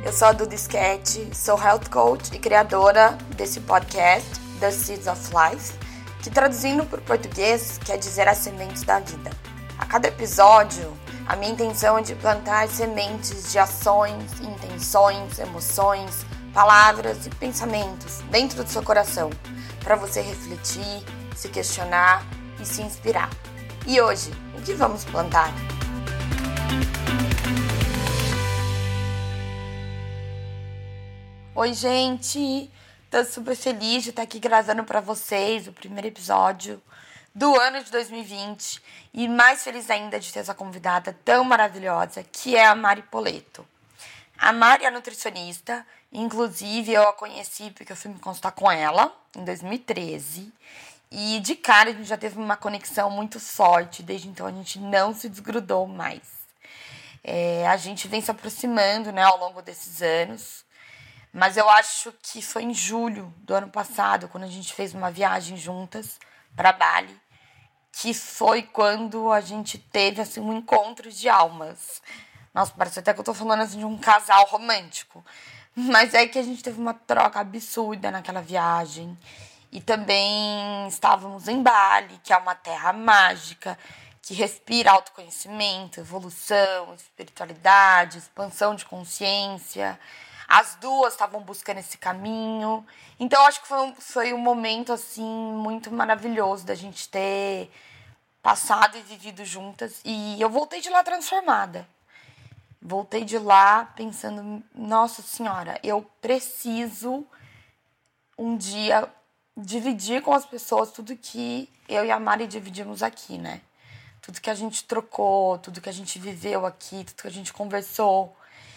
Eu sou a Duda Schetti, sou health coach e criadora desse podcast, The Seeds of Life, que traduzindo para o português quer dizer as sementes da vida. A cada episódio, a minha intenção é de plantar sementes de ações, intenções, emoções, palavras e pensamentos dentro do seu coração, para você refletir, se questionar e se inspirar. E hoje, o que vamos plantar? Oi, gente! Tô super feliz de estar aqui gravando para vocês o primeiro episódio do ano de 2020 e mais feliz ainda de ter essa convidada tão maravilhosa que é a Mari Poletto. A Mari é nutricionista, inclusive eu a conheci porque eu fui me consultar com ela em 2013 e de cara a gente já teve uma conexão muito forte, desde então a gente não se desgrudou mais. A gente vem se aproximando, né, ao longo desses anos. Mas eu acho que foi em julho do ano passado, quando a gente fez uma viagem juntas para Bali, que foi quando a gente teve assim, um encontro de almas. Nossa, parece até que eu tô falando assim, de um casal romântico. Mas é que a gente teve uma troca absurda naquela viagem. E também estávamos em Bali, que é uma terra mágica, que respira autoconhecimento, evolução, espiritualidade, expansão de consciência. As duas estavam buscando esse caminho. Então, acho que foi um momento, assim, muito maravilhoso da gente ter passado e vivido juntas. E eu voltei de lá transformada. Voltei de lá pensando, nossa senhora, eu preciso um dia dividir com as pessoas tudo que eu e a Mari dividimos aqui, né? Tudo que a gente trocou, tudo que a gente viveu aqui, tudo que a gente conversou.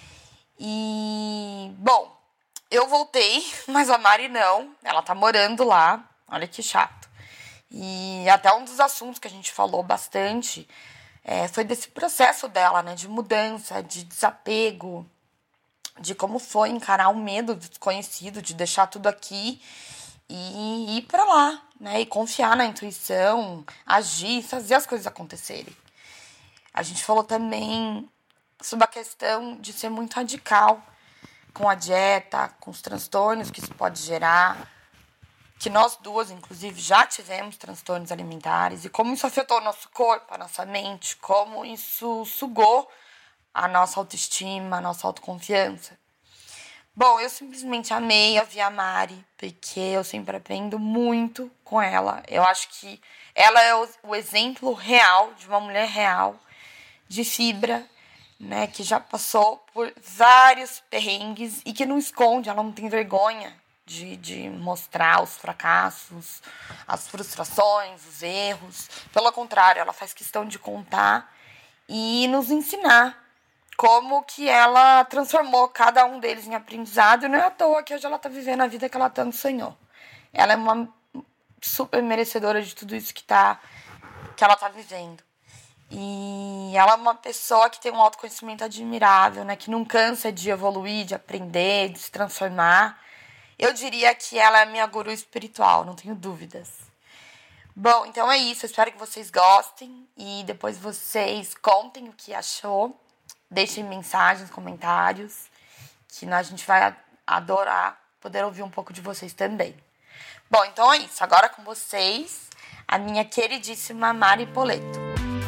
E, bom, eu voltei, mas a Mari não, ela tá morando lá, olha que chato. E até um dos assuntos que a gente falou bastante foi desse processo dela, né, de mudança, de desapego, de como foi encarar o medo do desconhecido, de deixar tudo aqui e ir pra lá, né, e confiar na intuição, agir, fazer as coisas acontecerem. A gente falou também sobre a questão de ser muito radical com a dieta, com os transtornos que isso pode gerar, que nós duas, inclusive, já tivemos transtornos alimentares, e como isso afetou o nosso corpo, a nossa mente, como isso sugou a nossa autoestima, a nossa autoconfiança. Bom, eu simplesmente amei ouvir a Mari, porque eu sempre aprendo muito com ela. Eu acho que ela é o exemplo real de uma mulher real, de fibra, né, que já passou por vários perrengues e que não esconde, ela não tem vergonha de mostrar os fracassos, as frustrações, os erros. Pelo contrário, ela faz questão de contar e nos ensinar como que ela transformou cada um deles em aprendizado. E não é à toa que hoje ela está vivendo a vida que ela tanto sonhou. Ela é uma super merecedora de tudo isso que ela está vivendo. E ela é uma pessoa que tem um autoconhecimento admirável, né? Que não cansa de evoluir, de aprender, de se transformar. Eu diria que ela é a minha guru espiritual, não tenho dúvidas. Bom, então é isso. Eu espero que vocês gostem e depois vocês contem o que achou. Deixem mensagens, comentários, que a gente vai adorar poder ouvir um pouco de vocês também. Bom, então é isso. Agora com vocês, a minha queridíssima Mari Poletto.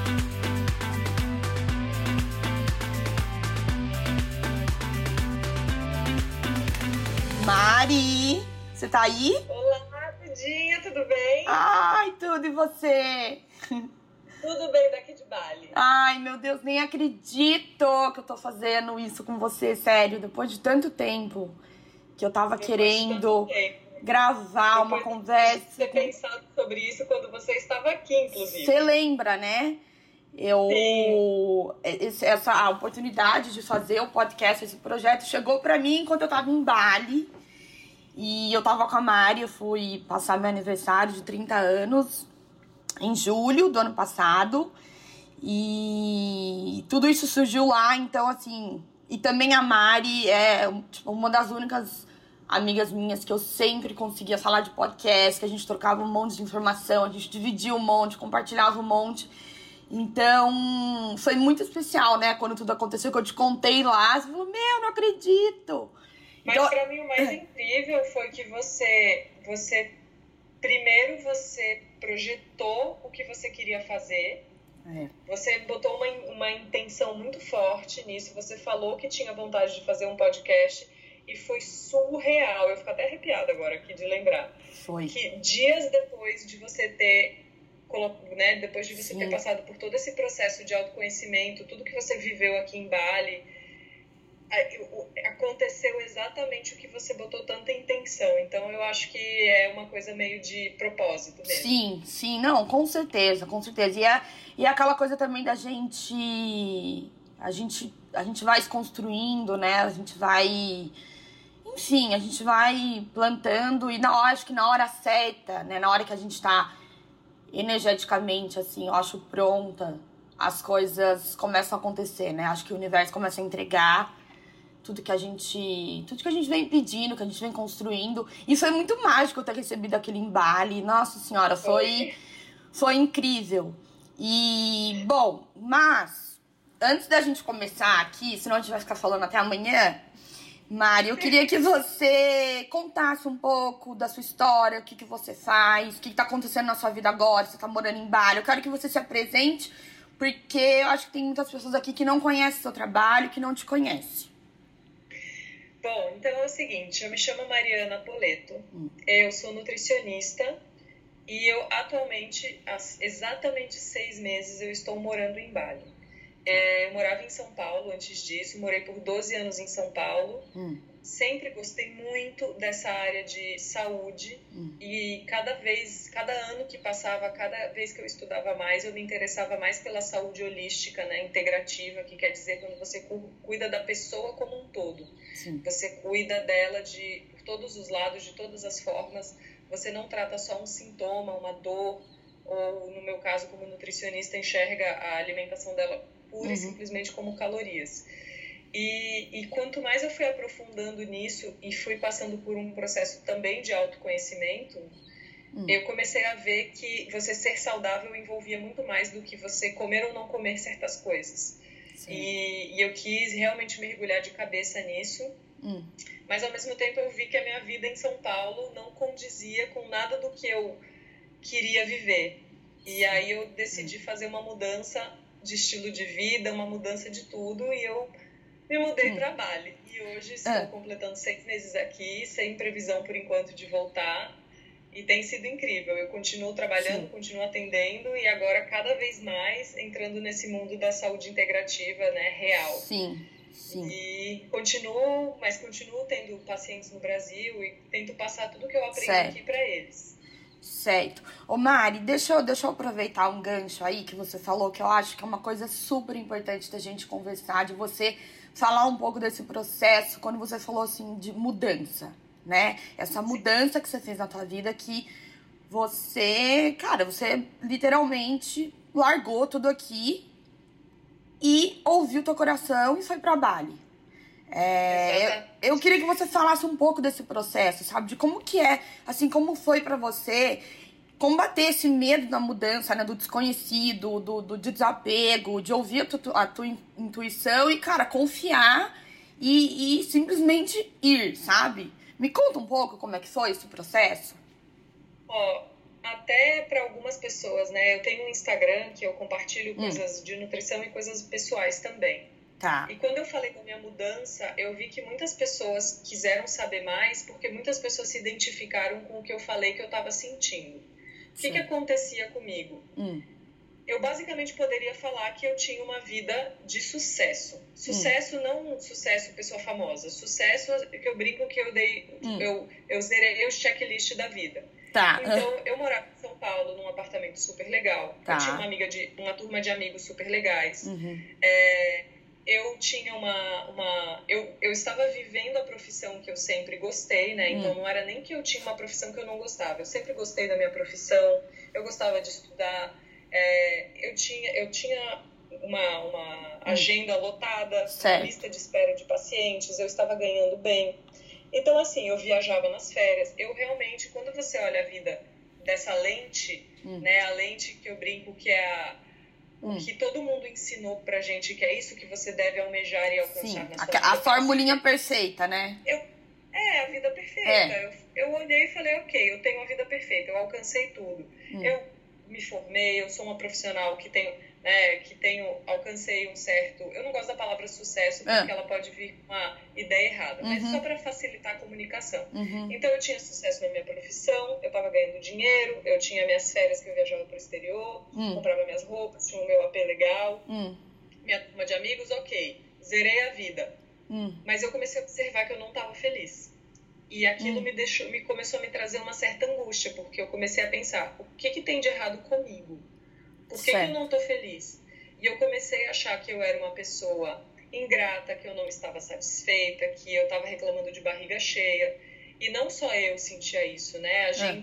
Mari, você tá aí? Olá, Dudinha, tudo bem? Ai, tudo, e você? Tudo bem daqui de Bali. Ai, meu Deus, nem acredito que eu tô fazendo isso com você, sério. Depois de tanto tempo que eu tava querendo gravar uma conversa. Eu ter pensado sobre isso quando você estava aqui, inclusive. Você lembra, né? Essa oportunidade de fazer o podcast, esse projeto, chegou pra mim enquanto eu tava em Bali. E eu tava com a Mari, eu fui passar meu aniversário de 30 anos em julho do ano passado. E tudo isso surgiu lá, então assim... E também a Mari é uma das únicas amigas minhas que eu sempre conseguia falar de podcast, que a gente trocava um monte de informação, a gente dividia um monte, compartilhava um monte. Então, foi muito especial, né? Quando tudo aconteceu, que eu te contei lá, você falou, não acredito. Mas Então, pra mim o mais incrível foi que primeiro você projetou o que você queria fazer. Você botou uma intenção muito forte nisso. Você falou que tinha vontade de fazer um podcast e foi surreal. Eu fico até arrepiada agora aqui de lembrar. Foi. Que dias depois de você ter, né, depois de você ter passado por todo esse processo de autoconhecimento, tudo que você viveu aqui em Bali, aconteceu exatamente o que você botou tanta intenção. Então eu acho que é uma coisa meio de propósito mesmo. Sim, não, com certeza. E é aquela coisa também da gente... A gente vai se construindo, né? A gente vai... Enfim, a gente vai plantando e acho que na hora certa, né? Na hora que a gente tá energeticamente, assim, eu acho pronta, as coisas começam a acontecer, né? Acho que o universo começa a entregar tudo que a gente vem pedindo, que a gente vem construindo. E foi muito mágico ter recebido aquele em Bali. Nossa Senhora, foi incrível. E, bom, mas antes da gente começar aqui, senão a gente vai ficar falando até amanhã, Mari, eu queria que você contasse um pouco da sua história, o que você faz, o que tá acontecendo na sua vida agora, você tá morando em Bali. Eu quero que você se apresente, porque eu acho que tem muitas pessoas aqui que não conhecem o seu trabalho, que não te conhecem. Bom, então é o seguinte, eu me chamo Mariana Poletto, eu sou nutricionista e eu atualmente, há exatamente 6 meses, eu estou morando em Bali. Eu morava em São Paulo antes disso, morei por 12 anos em São Paulo. Sempre gostei muito dessa área de saúde e cada ano que passava, cada vez que eu estudava mais, eu me interessava mais pela saúde holística, né, integrativa, que quer dizer quando você cuida da pessoa como um todo. Sim. Você cuida dela por todos os lados, de todas as formas. Você não trata só um sintoma, uma dor, ou no meu caso como nutricionista enxerga a alimentação dela pura e simplesmente como calorias. E quanto mais eu fui aprofundando nisso e fui passando por um processo também de autoconhecimento, eu comecei a ver que você ser saudável envolvia muito mais do que você comer ou não comer certas coisas. E eu quis realmente mergulhar de cabeça nisso, mas ao mesmo tempo eu vi que a minha vida em São Paulo não condizia com nada do que eu queria viver. E aí eu decidi fazer uma mudança de estilo de vida, uma mudança de tudo, e eu me mudei para Bali. E hoje estou completando 6 meses aqui, sem previsão por enquanto de voltar. E tem sido incrível. Eu continuo trabalhando, continuo atendendo e agora cada vez mais entrando nesse mundo da saúde integrativa, né, real. Sim. E continuo tendo pacientes no Brasil e tento passar tudo que eu aprendo aqui para eles. Certo. Ô Mari, deixa eu aproveitar um gancho aí que você falou, que eu acho que é uma coisa super importante da gente conversar, de você falar um pouco desse processo, quando você falou assim de mudança, né? Essa mudança que você fez na tua vida, que você literalmente largou tudo aqui e ouviu teu coração e foi pra Bali. Eu queria que você falasse um pouco desse processo, sabe? De como que é, assim, como foi pra você combater esse medo da mudança, né? Do desconhecido, do desapego, de ouvir a tua intuição e, cara, confiar e simplesmente ir, sabe? Me conta um pouco como é que foi esse processo. Até para algumas pessoas, né? Eu tenho um Instagram que eu compartilho coisas de nutrição e coisas pessoais também. Tá. E quando eu falei da minha mudança, eu vi que muitas pessoas quiseram saber mais, porque muitas pessoas se identificaram com o que eu falei que eu estava sentindo. O que acontecia comigo? Eu basicamente poderia falar que eu tinha uma vida de sucesso. Sucesso, não sucesso pessoa famosa. Sucesso que eu brinco que eu dei... Eu zerei o checklist da vida. Tá. Então, eu morava em São Paulo, num apartamento super legal. Tá. Eu tinha uma turma de amigos super legais. Eu tinha eu estava vivendo a profissão que eu sempre gostei, né? Então, não era nem que eu tinha uma profissão que eu não gostava. Eu sempre gostei da minha profissão. Eu gostava de estudar. Eu tinha uma agenda lotada, uma lista de espera de pacientes. Eu estava ganhando bem. Então, assim, eu viajava nas férias. Eu realmente, quando você olha a vida dessa lente, né? A lente que eu brinco que é o que todo mundo ensinou pra gente que é isso que você deve almejar e alcançar Sim, na sua vida. a formulinha perfeita, né? A vida perfeita. Eu olhei e falei, ok, eu tenho a vida perfeita, eu alcancei tudo. Eu me formei, eu sou uma profissional que alcancei um certo... Eu não gosto da palavra sucesso, porque ela pode vir com uma ideia errada, mas só para facilitar a comunicação. Então, eu tinha sucesso na minha profissão, eu estava ganhando dinheiro, eu tinha minhas férias que eu viajava para o exterior, comprava minhas roupas, tinha o meu AP legal, minha turma de amigos, ok, zerei a vida. Mas eu comecei a observar que eu não estava feliz. E aquilo me começou a me trazer uma certa angústia, porque eu comecei a pensar, o que tem de errado comigo? Por que eu não estou feliz? E eu comecei a achar que eu era uma pessoa ingrata, que eu não estava satisfeita, que eu estava reclamando de barriga cheia. E não só eu sentia isso, né?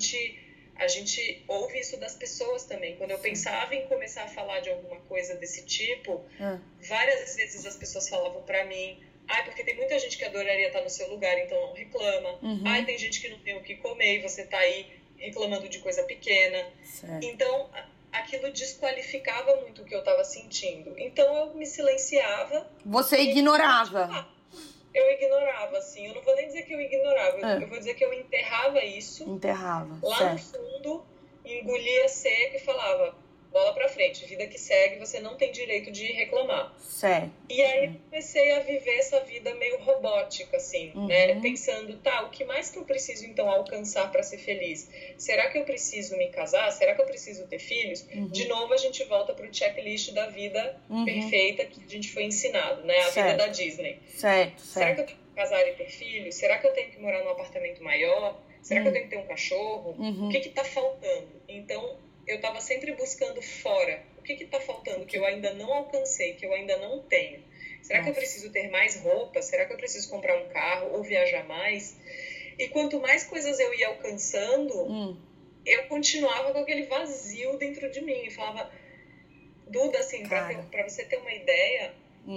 A gente ouve isso das pessoas também. Quando eu pensava em começar a falar de alguma coisa desse tipo, várias vezes as pessoas falavam pra mim, porque tem muita gente que adoraria estar no seu lugar, então não reclama. Tem gente que não tem o que comer e você tá aí reclamando de coisa pequena. Certo. Então, aquilo desqualificava muito o que eu estava sentindo. Então, eu me silenciava. Você ignorava. Eu ignorava, assim. Eu não vou nem dizer que eu ignorava. Eu vou dizer que eu enterrava isso. Enterrava, lá no fundo, engolia seco e falava... Bola pra frente, vida que segue, você não tem direito de reclamar. Certo. E aí eu comecei a viver essa vida meio robótica, assim, né? Pensando, o que mais que eu preciso, então, alcançar para ser feliz? Será que eu preciso me casar? Será que eu preciso ter filhos? De novo, a gente volta pro checklist da vida perfeita que a gente foi ensinado, né? A vida da Disney. Certo. Será que eu tenho que casar e ter filhos? Será que eu tenho que morar num apartamento maior? Será que eu tenho que ter um cachorro? O que tá faltando? Então... eu estava sempre buscando fora. O que está faltando que eu ainda não alcancei, que eu ainda não tenho? Será que eu preciso ter mais roupas? Será que eu preciso comprar um carro ou viajar mais? E quanto mais coisas eu ia alcançando, eu continuava com aquele vazio dentro de mim. E falava, Duda, assim, para você ter uma ideia,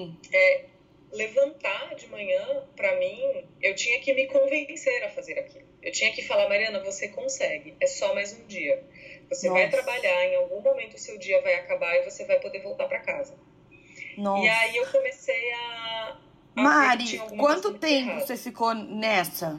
levantar de manhã, para mim, eu tinha que me convencer a fazer aquilo. Eu tinha que falar, Mariana, você consegue, é só mais um dia. Você vai trabalhar, em algum momento o seu dia vai acabar e você vai poder voltar para casa. E aí eu comecei a Mari, quanto tempo você ficou nessa?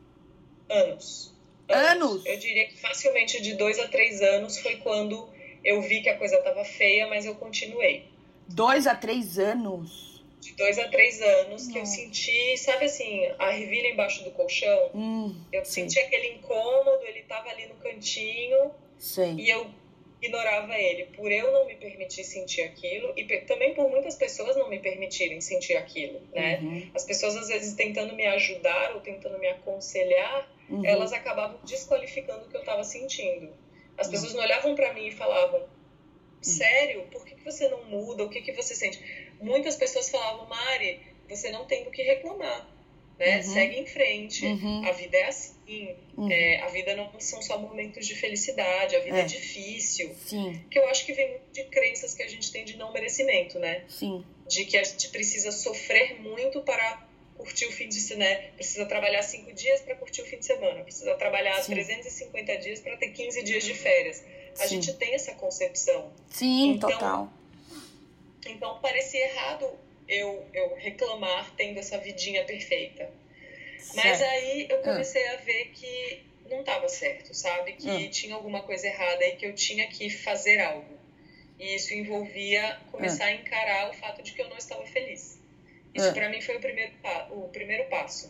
Anos. Eu diria que facilmente de 2 a 3 anos foi quando eu vi que a coisa estava feia, mas eu continuei. 2 a 3 anos? De 2 a 3 anos que eu senti, sabe assim, a ervilha embaixo do colchão? Eu senti aquele incômodo, ele estava ali no cantinho e eu ignorava ele. Por eu não me permitir sentir aquilo e também por muitas pessoas não me permitirem sentir aquilo, né? As pessoas às vezes tentando me ajudar ou tentando me aconselhar, elas acabavam desqualificando o que eu estava sentindo. As pessoas não olhavam para mim e falavam, sério? Por que você não muda? O que você sente? Muitas pessoas falavam, Mari, você não tem do que reclamar, né? Segue em frente. A vida é assim. A vida não são só momentos de felicidade. A vida é difícil. Sim. Que eu acho que vem muito de crenças que a gente tem de não merecimento, né? Sim. De que a gente precisa sofrer muito para curtir o fim de semana, né? Precisa trabalhar 5 dias para curtir o fim de semana. Precisa trabalhar 350 dias para ter 15 dias de férias. A gente tem essa concepção. Sim, então, total. Então, parecia errado eu reclamar tendo essa vidinha perfeita. Mas aí eu comecei a ver que não estava certo, sabe? Que tinha alguma coisa errada e que eu tinha que fazer algo. E isso envolvia começar a encarar o fato de que eu não estava feliz. Isso pra mim foi o primeiro passo.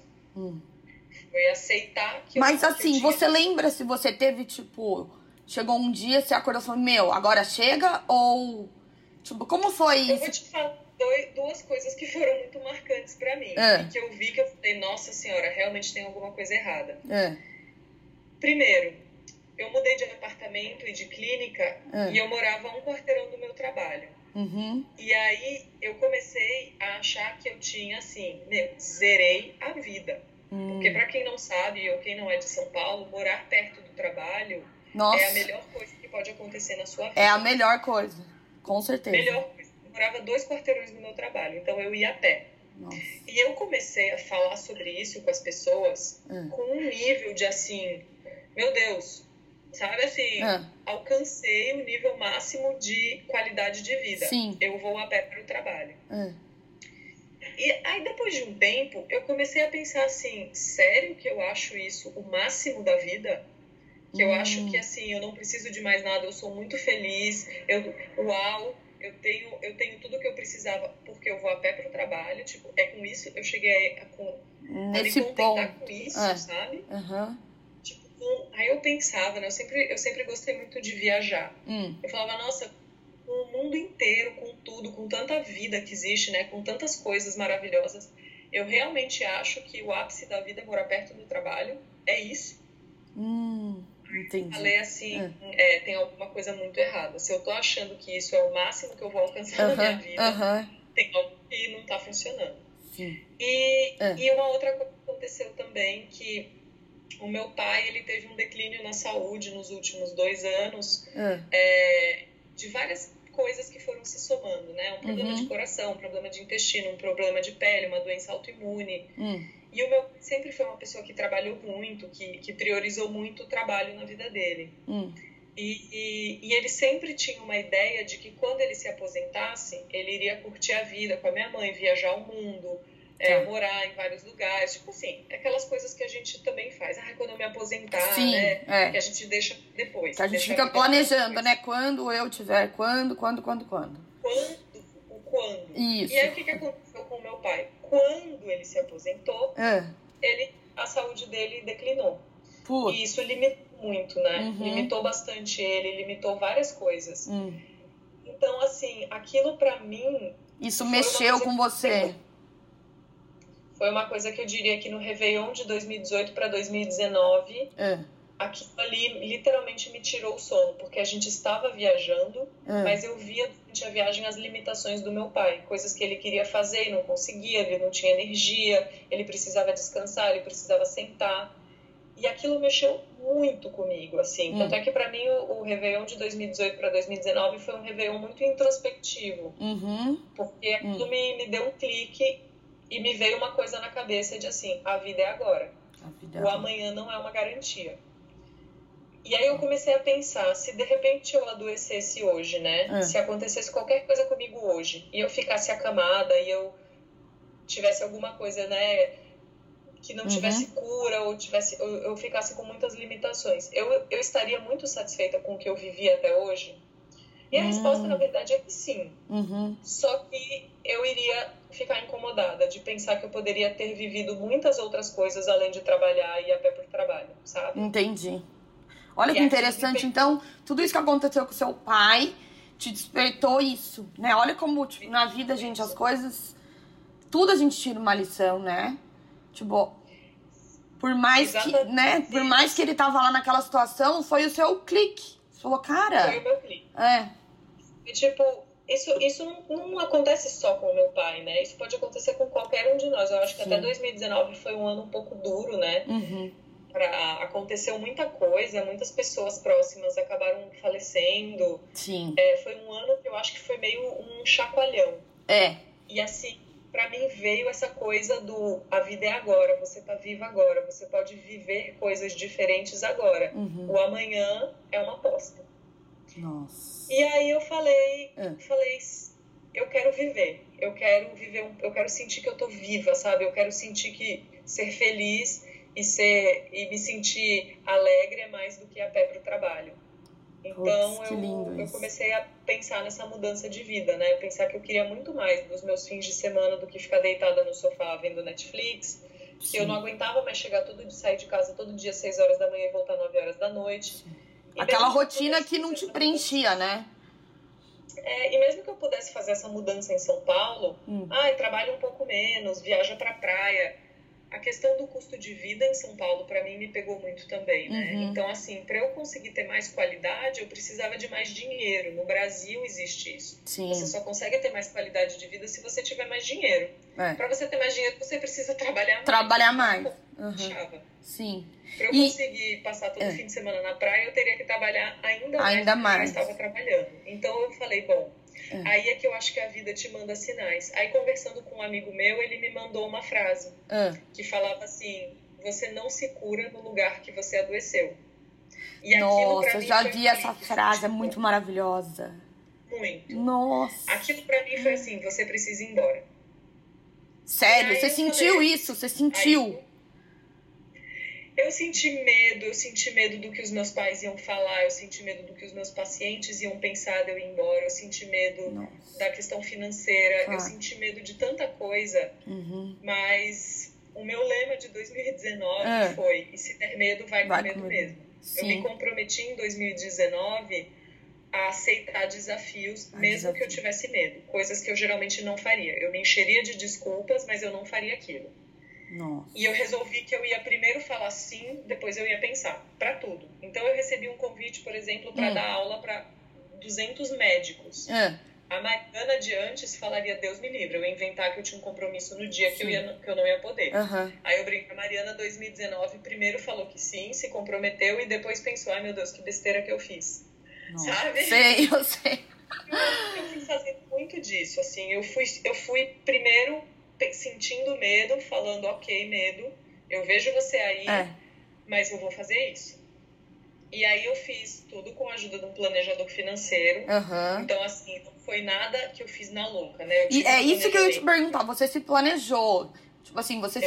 Foi aceitar que Mas assim, você lembra se você teve, tipo... Chegou um dia, você acordou e falou, agora chega? Ou, tipo, como foi isso? Eu vou te falar duas coisas que foram muito marcantes pra mim. E que eu vi que eu falei, nossa senhora, realmente tem alguma coisa errada. Primeiro, eu mudei de apartamento e de clínica e eu morava a 1 quarteirão do meu trabalho. E aí eu comecei a achar que eu tinha, assim, zerei a vida. Porque pra quem não sabe, ou quem não é de São Paulo, morar perto do trabalho... Nossa. É a melhor coisa que pode acontecer na sua vida. É a melhor coisa, com certeza. Melhor coisa. Eu morava 2 quarteirões do meu trabalho, então eu ia a pé. Nossa. E eu comecei a falar sobre isso com as pessoas com um nível de assim, meu Deus, sabe assim, alcancei o nível máximo de qualidade de vida. Sim. Eu vou a pé para o trabalho. E aí, depois de um tempo, eu comecei a pensar assim, sério que eu acho isso o máximo da vida? Que eu acho que, assim, eu não preciso de mais nada, eu sou muito feliz, eu tenho tudo que eu precisava porque eu vou a pé para o trabalho, tipo, é com isso, eu cheguei a me contentar com isso, sabe? Tipo, aí eu pensava, né, eu sempre gostei muito de viajar. Eu falava, nossa, com o mundo inteiro, com tudo, com tanta vida que existe, né, com tantas coisas maravilhosas, eu realmente acho que o ápice da vida é morar perto do trabalho, é isso. Entendi. Falei assim, tem alguma coisa muito errada. Se eu tô achando que isso é o máximo que eu vou alcançar na minha vida, tem algo que não tá funcionando. Sim. E uma outra coisa que aconteceu também, que o meu pai, ele teve um declínio na saúde nos últimos 2 anos, de várias coisas que foram se somando, né? Um problema de coração, um problema de intestino, um problema de pele, uma doença autoimune. E o meu pai sempre foi uma pessoa que trabalhou muito, que priorizou muito o trabalho na vida dele. E ele sempre tinha uma ideia de que quando ele se aposentasse, ele iria curtir a vida com a minha mãe, viajar o mundo, morar em vários lugares. Tipo assim, aquelas coisas que a gente também faz. Quando eu me aposentar, né? Que a gente deixa depois. Que a gente fica planejando, né? Quando eu tiver, quando. Isso. E aí o que aconteceu com o meu pai? Quando ele se aposentou, a saúde dele declinou. E isso limitou muito, né? Limitou bastante ele, limitou várias coisas. Então, assim, aquilo pra mim... Isso mexeu com você? Foi uma coisa que eu diria que no Réveillon de 2018 para 2019... Aquilo ali literalmente me tirou o sono, porque a gente estava viajando, mas eu via durante a viagem as limitações do meu pai, coisas que ele queria fazer e não conseguia, ele não tinha energia, ele precisava descansar, ele precisava sentar, e aquilo mexeu muito comigo, assim, tanto é que para mim o Réveillon de 2018 para 2019 foi um Réveillon muito introspectivo, porque aquilo me deu um clique e me veio uma coisa na cabeça de assim, a vida é agora, o amanhã não é uma garantia. E aí eu comecei a pensar, se de repente eu adoecesse hoje, né? Se acontecesse qualquer coisa comigo hoje, e eu ficasse acamada, e eu tivesse alguma coisa, né, que não tivesse cura, ou eu ficasse com muitas limitações, eu estaria muito satisfeita com o que eu vivi até hoje? E a resposta, na verdade, é que sim. Só que eu iria ficar incomodada de pensar que eu poderia ter vivido muitas outras coisas além de trabalhar e ir a pé pro trabalho, sabe? Entendi. Olha que interessante, então, tudo isso que aconteceu com seu pai te despertou isso, né? Olha como, tipo, na vida, gente, as coisas... Tudo a gente tira uma lição, né? Tipo, por mais que, né? Por mais que ele tava lá naquela situação, foi o seu clique. Você falou, cara... Foi o meu clique. E, tipo, isso não acontece só com o meu pai, né? Isso pode acontecer com qualquer um de nós. Eu acho que até 2019 foi um ano um pouco duro, né? Aconteceu muita coisa, muitas pessoas próximas acabaram falecendo. Foi um ano que eu acho que foi meio um chacoalhão. E assim, pra mim veio essa coisa do a vida é agora, você tá viva agora, você pode viver coisas diferentes agora. O amanhã é uma aposta. Nossa. E aí eu falei, eu quero viver, eu quero sentir que eu tô viva, sabe? Eu quero sentir que ser feliz e me sentir alegre é mais do que a pé pro trabalho. Então eu comecei a pensar nessa mudança de vida, né? Pensar que eu queria muito mais dos meus fins de semana do que ficar deitada no sofá vendo Netflix. Que eu não aguentava mais sair de casa todo dia 6 horas da manhã e voltar 9 horas da noite. Aquela rotina que não te preenchia, né? E mesmo que eu pudesse fazer essa mudança em São Paulo, trabalho um pouco menos, viaja pra praia. A questão do custo de vida em São Paulo, para mim, me pegou muito também, né? Então, assim, para eu conseguir ter mais qualidade, eu precisava de mais dinheiro. No Brasil existe isso. Você só consegue ter mais qualidade de vida se você tiver mais dinheiro. Para você ter mais dinheiro, você precisa trabalhar mais. Sim. Para eu conseguir passar todo fim de semana na praia, eu teria que trabalhar ainda mais do que eu estava trabalhando. Então, eu falei, bom... Aí é que eu acho que a vida te manda sinais. Aí, conversando com um amigo meu, ele me mandou uma frase que falava assim, você não se cura no lugar que você adoeceu. E aquilo pra Nossa, eu mim já foi vi essa incrível, frase, é tipo, muito maravilhosa. muito. Nossa. Aquilo pra mim foi assim, você precisa ir embora. E Sério, aí você eu sentiu falei, isso? Você sentiu? eu senti medo do que os meus pais iam falar, eu senti medo do que os meus pacientes iam pensar de eu ir embora, eu senti medo Nossa. da questão financeira, Claro. eu senti medo de tanta coisa, mas o meu lema de 2019 foi, e se der medo, vai com medo mesmo. Sim. Eu me comprometi em 2019 a aceitar desafios, mesmo que eu tivesse medo, coisas que eu geralmente não faria. Eu me encheria de desculpas, mas eu não faria aquilo. Nossa. E eu resolvi que eu ia primeiro falar sim, depois eu ia pensar, para tudo. Então eu recebi um convite, por exemplo, para dar aula para 200 médicos. A Mariana de antes falaria, Deus me livre, eu ia inventar que eu tinha um compromisso no dia que eu não ia poder. Aí eu brinco, a Mariana 2019 primeiro falou que sim, se comprometeu e depois pensou, ai meu Deus, que besteira que eu fiz. Nossa. Sabe? Eu sei. Eu fui fazendo muito disso, assim, eu fui primeiro sentindo medo, falando, ok, medo, eu vejo você aí, mas eu vou fazer isso. E aí eu fiz tudo com a ajuda de um planejador financeiro. Então, assim, não foi nada que eu fiz na louca, né? E é isso que eu ia te perguntar, você se planejou. Tipo assim, você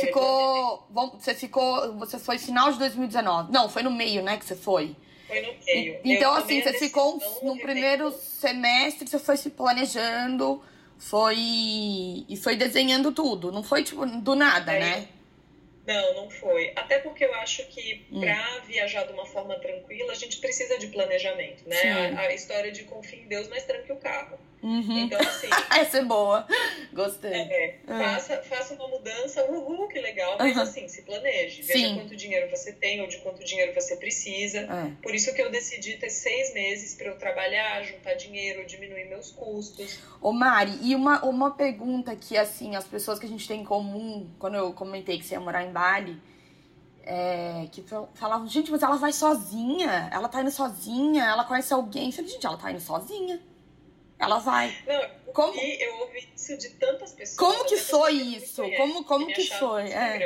foi final de 2019. Não, foi no meio, né, que você foi. Foi no meio. Então, assim, você ficou no primeiro semestre, você foi se planejando, e foi desenhando tudo. Não foi, tipo, do nada, né? Não foi. Até porque eu acho que pra viajar de uma forma tranquila, a gente precisa de planejamento, né? A história de confia em Deus, mas tranque o carro. Então, assim... Essa é boa. Gostei. Faça uma mudança, que legal, mas assim, se planeje. Veja quanto dinheiro você tem ou de quanto dinheiro você precisa. Por isso que eu decidi ter 6 meses pra eu trabalhar, juntar dinheiro, diminuir meus custos. Ô Mari, e uma pergunta que, assim, as pessoas que a gente tem em comum, quando eu comentei que você ia morar em Bali, que falavam, gente, mas ela vai sozinha, ela tá indo sozinha, ela conhece alguém. Eu falei, gente, ela tá indo sozinha. Ela vai. Não, eu ouvi isso de tantas pessoas. Como que foi isso? Como que foi?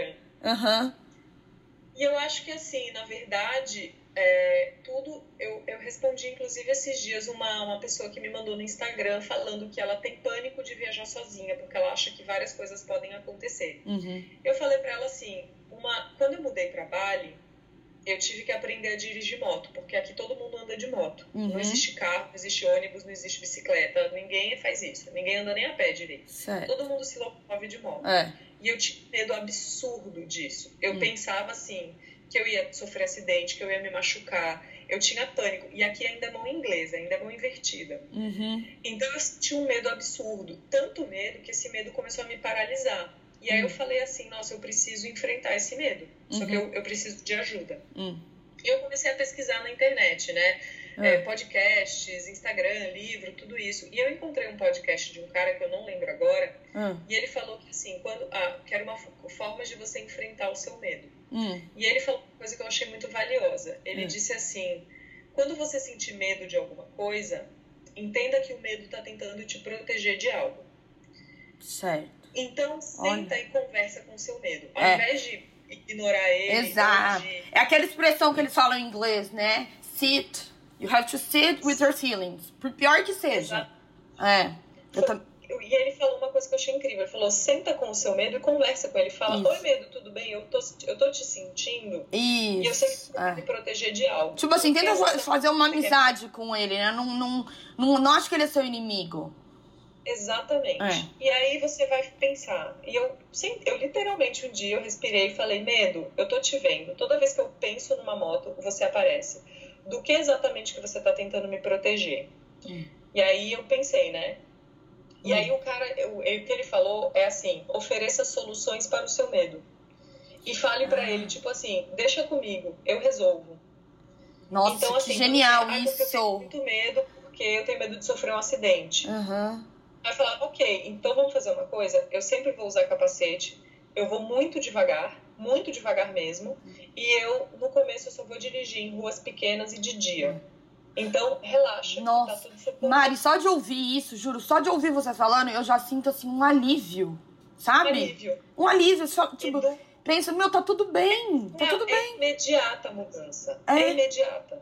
E eu acho que, assim, na verdade, tudo... Eu respondi, inclusive, esses dias uma pessoa que me mandou no Instagram falando que ela tem pânico de viajar sozinha, porque ela acha que várias coisas podem acontecer. Eu falei pra ela assim, quando eu mudei pra Bali, eu tive que aprender a dirigir moto, porque aqui todo mundo anda de moto. Não existe carro, não existe ônibus, não existe bicicleta, ninguém faz isso. Ninguém anda nem a pé direito. Certo. Todo mundo se locomove de moto. E eu tinha medo absurdo disso. Eu pensava assim, que eu ia sofrer acidente, que eu ia me machucar. Eu tinha pânico. E aqui ainda é mão inglesa, ainda é mão invertida. Então eu tinha um medo absurdo. Tanto medo que esse medo começou a me paralisar. E aí eu falei assim, nossa, eu preciso enfrentar esse medo. Só que eu preciso de ajuda. E eu comecei a pesquisar na internet, né? Podcasts, Instagram, livro, tudo isso. E eu encontrei um podcast de um cara que eu não lembro agora. E ele falou que assim, que era uma forma de você enfrentar o seu medo. E ele falou uma coisa que eu achei muito valiosa. Ele disse assim, quando você sentir medo de alguma coisa, entenda que o medo está tentando te proteger de algo. Certo. Então, senta e conversa com o seu medo. Ao invés de ignorar ele... Exato. É aquela expressão que eles falam em inglês, né? Sit. You have to sit with your feelings. Por pior que seja. E ele falou uma coisa que eu achei incrível. Ele falou, senta com o seu medo e conversa com ele. Fala, oi medo, tudo bem? Eu tô te sentindo. Isso. E eu sei que você vai me proteger de algo. Tipo assim, tenta fazer uma amizade com ele, né? Não acho que ele é seu inimigo. Exatamente. E aí você vai pensar. E eu literalmente um dia eu respirei e falei, medo, eu tô te vendo. Toda vez que eu penso numa moto, você aparece. Do que exatamente que você tá tentando me proteger? E aí eu pensei, né? E aí o cara, o que ele falou é assim, ofereça soluções para o seu medo. E fale pra ele, tipo assim, deixa comigo, eu resolvo. Nossa, então, assim, que genial isso. Eu tenho muito medo, porque eu tenho medo de sofrer um acidente. Aí eu falava, ok, então vamos fazer uma coisa, eu sempre vou usar capacete, eu vou muito devagar mesmo, e no começo eu só vou dirigir em ruas pequenas e de dia. Então, relaxa. Nossa, tá tudo sob Mari, só de ouvir isso, juro, só de ouvir você falando, eu já sinto, assim, um alívio, sabe? Um alívio, só, tipo, pensa, tá tudo bem, tá tudo bem. É imediata a mudança, é imediata.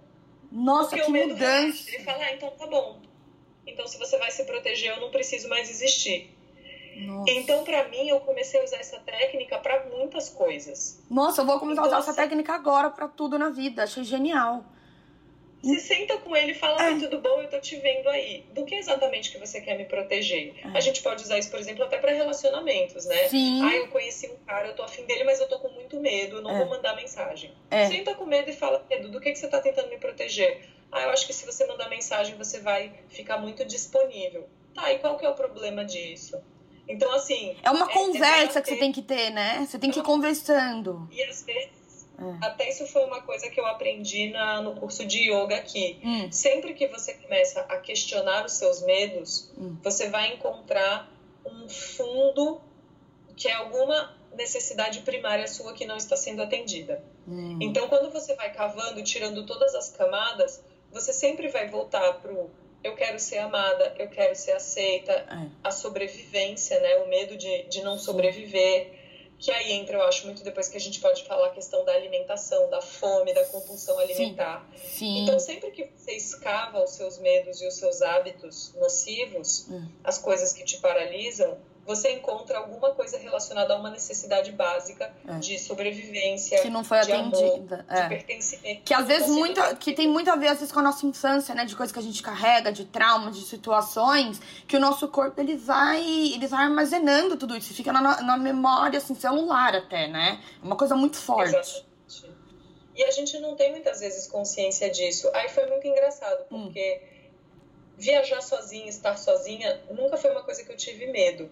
Nossa, Porque que o medo relaxa. mudança. Ele fala, então tá bom. Então, se você vai se proteger, eu não preciso mais existir. Nossa. Então, pra mim, eu comecei a usar essa técnica pra muitas coisas. Nossa, eu vou começar a usar Então, essa técnica agora pra tudo na vida. Achei genial. Você senta com ele e fala, oi, tudo bom? Eu tô te vendo aí. Do que exatamente que você quer me proteger? A gente pode usar isso, por exemplo, até pra relacionamentos, né? Sim. Ah, eu conheci um cara, eu tô afim dele, mas eu tô com muito medo, eu não vou mandar mensagem. É. Senta com medo e fala, Pedro, do que você tá tentando me proteger? Ah, eu acho que se você mandar mensagem, você vai ficar muito disponível. Tá, e qual que é o problema disso? Então, assim... É uma conversa que você tem que ter, né? Você tem que ir conversando. E às vezes... Até isso foi uma coisa que eu aprendi no curso de yoga aqui. Sempre que você começa a questionar os seus medos, você vai encontrar um fundo que é alguma necessidade primária sua que não está sendo atendida. Então, quando você vai cavando, tirando todas as camadas, você sempre vai voltar pro eu quero ser amada, eu quero ser aceita, a sobrevivência, né? O medo de não sobreviver. Que aí entra, eu acho, muito depois que a gente pode falar a questão da alimentação, da fome, da compulsão alimentar. Sim. Então, sempre que você escava os seus medos e os seus hábitos nocivos, as coisas que te paralisam, você encontra alguma coisa relacionada a uma necessidade básica de sobrevivência, que não foi de atendida, amor, de pertencimento. Que às vezes que tem muito a ver às vezes com a nossa infância, né, de coisas que a gente carrega, de traumas, de situações, que o nosso corpo ele vai armazenando tudo isso, fica na memória assim celular até, né? É uma coisa muito forte. Exatamente. E a gente não tem muitas vezes consciência disso. Aí foi muito engraçado, porque viajar sozinha, estar sozinha, nunca foi uma coisa que eu tive medo.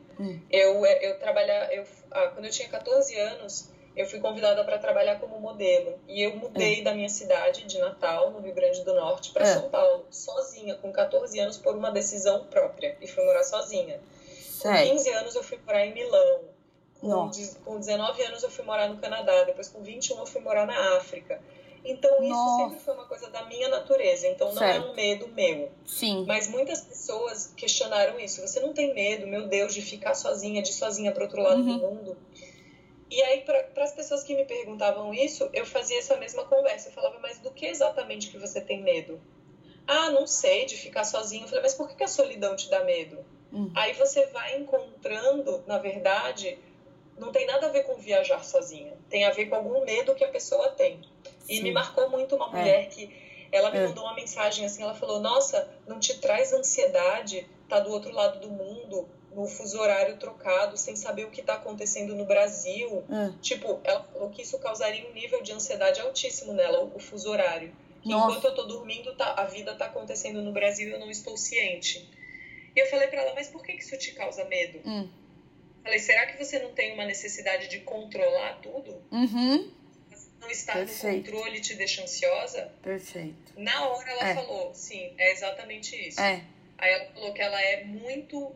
Quando eu tinha 14 anos, eu fui convidada para trabalhar como modelo. E eu mudei da minha cidade, de Natal, no Rio Grande do Norte, para São Paulo, sozinha, com 14 anos, por uma decisão própria. E fui morar sozinha. Com 15 anos, eu fui morar em Milão. Com 19 anos, eu fui morar no Canadá. Depois, com 21, eu fui morar na África. Então, isso sempre foi uma coisa da minha natureza. Então, não é um medo meu. Sim. Mas muitas pessoas questionaram isso. Você não tem medo, meu Deus, de ficar sozinha, de ir sozinha para outro lado do mundo? E aí, para as pessoas que me perguntavam isso, eu fazia essa mesma conversa. Eu falava, mas do que exatamente que você tem medo? Ah, não sei, de ficar sozinha. Eu falei, mas por que a solidão te dá medo? Aí você vai encontrando, na verdade, não tem nada a ver com viajar sozinha. Tem a ver com algum medo que a pessoa tem. E me marcou muito uma mulher que ela me mandou uma mensagem assim, ela falou, nossa, não te traz ansiedade tá do outro lado do mundo, no fuso horário trocado, sem saber o que tá acontecendo no Brasil. Tipo, ela falou que isso causaria um nível de ansiedade altíssimo nela, o fuso horário. Que enquanto eu tô dormindo, a vida tá acontecendo no Brasil e eu não estou ciente. E eu falei pra ela, mas por que isso te causa medo? Falei, será que você não tem uma necessidade de controlar tudo? Não estar no controle te deixa ansiosa? Perfeito. Na hora ela falou, sim, é exatamente isso. Aí ela falou que ela é muito...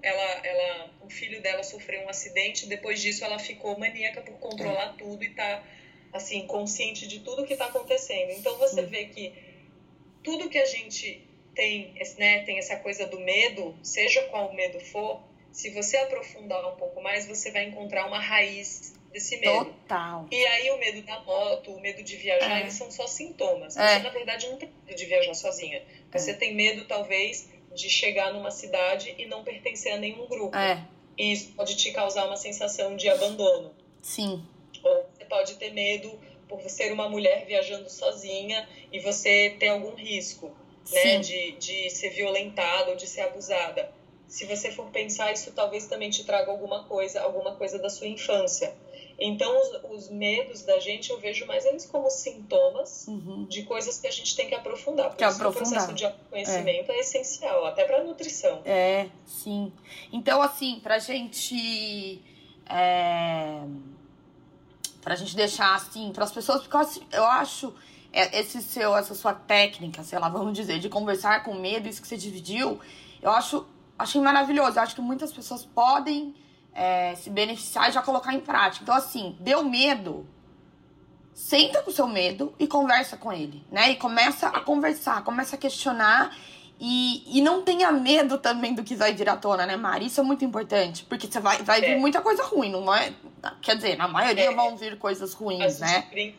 o filho dela sofreu um acidente, depois disso ela ficou maníaca por controlar tudo e tá, assim, consciente de tudo que tá acontecendo. Então você vê que tudo que a gente tem, né, tem essa coisa do medo, seja qual o medo for, se você aprofundar um pouco mais, você vai encontrar uma raiz desse medo. Total. E aí o medo da moto, o medo de viajar, eles são só sintomas. Você, na verdade, não tem medo de viajar sozinha. Você tem medo, talvez, de chegar numa cidade e não pertencer a nenhum grupo. E isso pode te causar uma sensação de abandono. Sim. Ou você pode ter medo por ser uma mulher viajando sozinha e você ter algum risco, né, de ser violentada ou de ser abusada. Se você for pensar, isso talvez também te traga alguma coisa da sua infância. Então, os medos da gente, eu vejo mais eles como sintomas de coisas que a gente tem que aprofundar. Por isso que o processo de autoconhecimento é essencial, até para a nutrição. Sim. Então, assim, pra gente deixar, assim, pras pessoas, porque eu acho essa sua técnica, sei lá, vamos dizer, de conversar com medo, isso que você dividiu, achei maravilhoso. Eu acho que muitas pessoas podem se beneficiar e já colocar em prática. Então, assim, deu medo, senta com o seu medo e conversa com ele, né? E começa a conversar, começa a questionar e não tenha medo também do que vai vir à tona, né, Mari? Isso é muito importante, porque você vai vir muita coisa ruim, não é? Quer dizer, na maioria vão vir coisas ruins, né?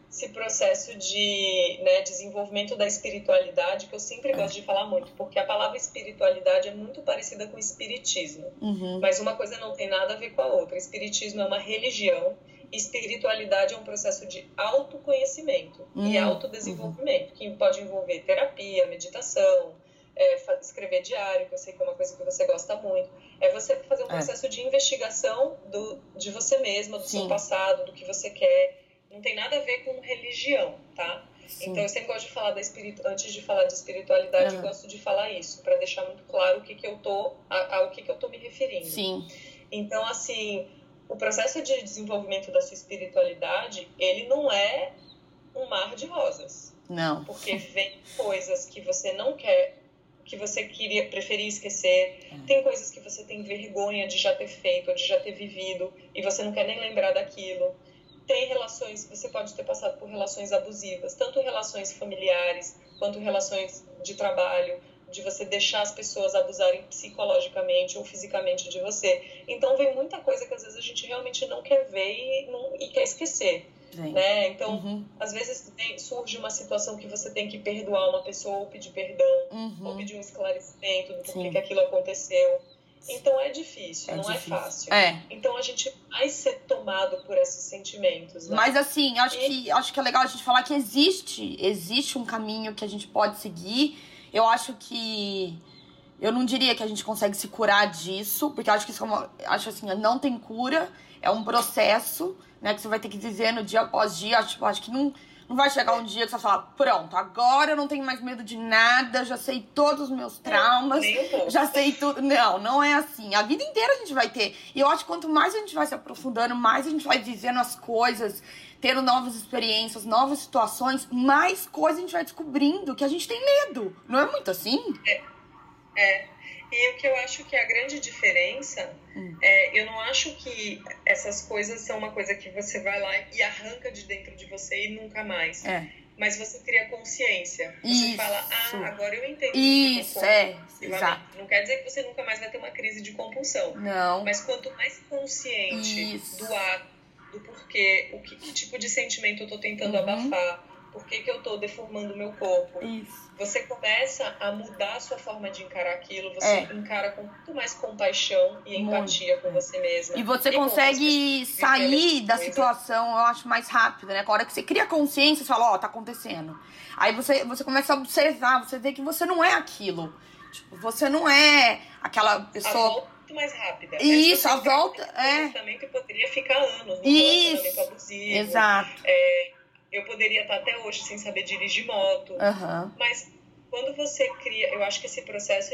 esse processo de, né, desenvolvimento da espiritualidade, que eu sempre gosto de falar muito, porque a palavra espiritualidade é muito parecida com espiritismo, mas uma coisa não tem nada a ver com a outra. Espiritismo é uma religião, espiritualidade é um processo de autoconhecimento e autodesenvolvimento, que pode envolver terapia, meditação, escrever diário, que eu sei que é uma coisa que você gosta muito. É você fazer um processo de investigação de você mesma, do seu passado, do que você quer. Não tem nada a ver com religião, tá? Sim. Então eu sempre gosto de falar antes de falar de espiritualidade, eu gosto de falar isso, para deixar muito claro o que eu tô, ao que eu tô me referindo. Sim. Então, assim, o processo de desenvolvimento da sua espiritualidade, ele não é um mar de rosas. Não. Porque vem coisas que você não quer, que você preferia esquecer. Tem coisas que você tem vergonha de já ter feito, ou de já ter vivido, e você não quer nem lembrar daquilo. Tem relações, você pode ter passado por relações abusivas, tanto relações familiares, quanto relações de trabalho, de você deixar as pessoas abusarem psicologicamente ou fisicamente de você. Então vem muita coisa que às vezes a gente realmente não quer ver e quer esquecer. Né? Então, às vezes surge uma situação que você tem que perdoar uma pessoa, ou pedir perdão, ou pedir um esclarecimento do porquê que aquilo aconteceu. Então é difícil, não é fácil. Então a gente vai ser tomado por esses sentimentos, né? Mas assim, acho que é legal a gente falar que existe um caminho que a gente pode seguir. Eu acho que... Eu não diria que a gente consegue se curar disso, porque eu acho que isso acho assim, não tem cura, é um processo, né, que você vai ter que viver no dia após dia. Acho que não vai chegar um dia que você vai falar, pronto, agora eu não tenho mais medo de nada, já sei todos os meus traumas, já sei tudo. Não é assim. A vida inteira a gente vai ter. E eu acho que quanto mais a gente vai se aprofundando, mais a gente vai vivendo as coisas, tendo novas experiências, novas situações, mais coisas a gente vai descobrindo que a gente tem medo. Não é muito assim? E o que eu acho que é a grande diferença eu não acho que essas coisas são uma coisa que você vai lá e arranca de dentro de você e nunca mais. Mas você cria consciência. Você fala, agora eu entendo. Isso, exato. Não quer dizer que você nunca mais vai ter uma crise de compulsão. Não. Mas quanto mais consciente do ato, do porquê, que tipo de sentimento eu tô tentando abafar, por que eu tô deformando o meu corpo. Você começa a mudar a sua forma de encarar aquilo, você encara com muito mais compaixão e empatia com você mesma. E você consegue sair da situação, eu acho, mais rápido, né? Com a hora que você cria consciência, você fala, tá acontecendo. Aí você começa a observar, você vê que você não é aquilo. Tipo, você não é aquela pessoa... A volta é muito mais rápida. Isso, a volta comportamento poderia ficar anos no relacionamento abusivo. Exato. Eu poderia estar até hoje sem saber dirigir moto. Mas quando você cria... Eu acho que esse processo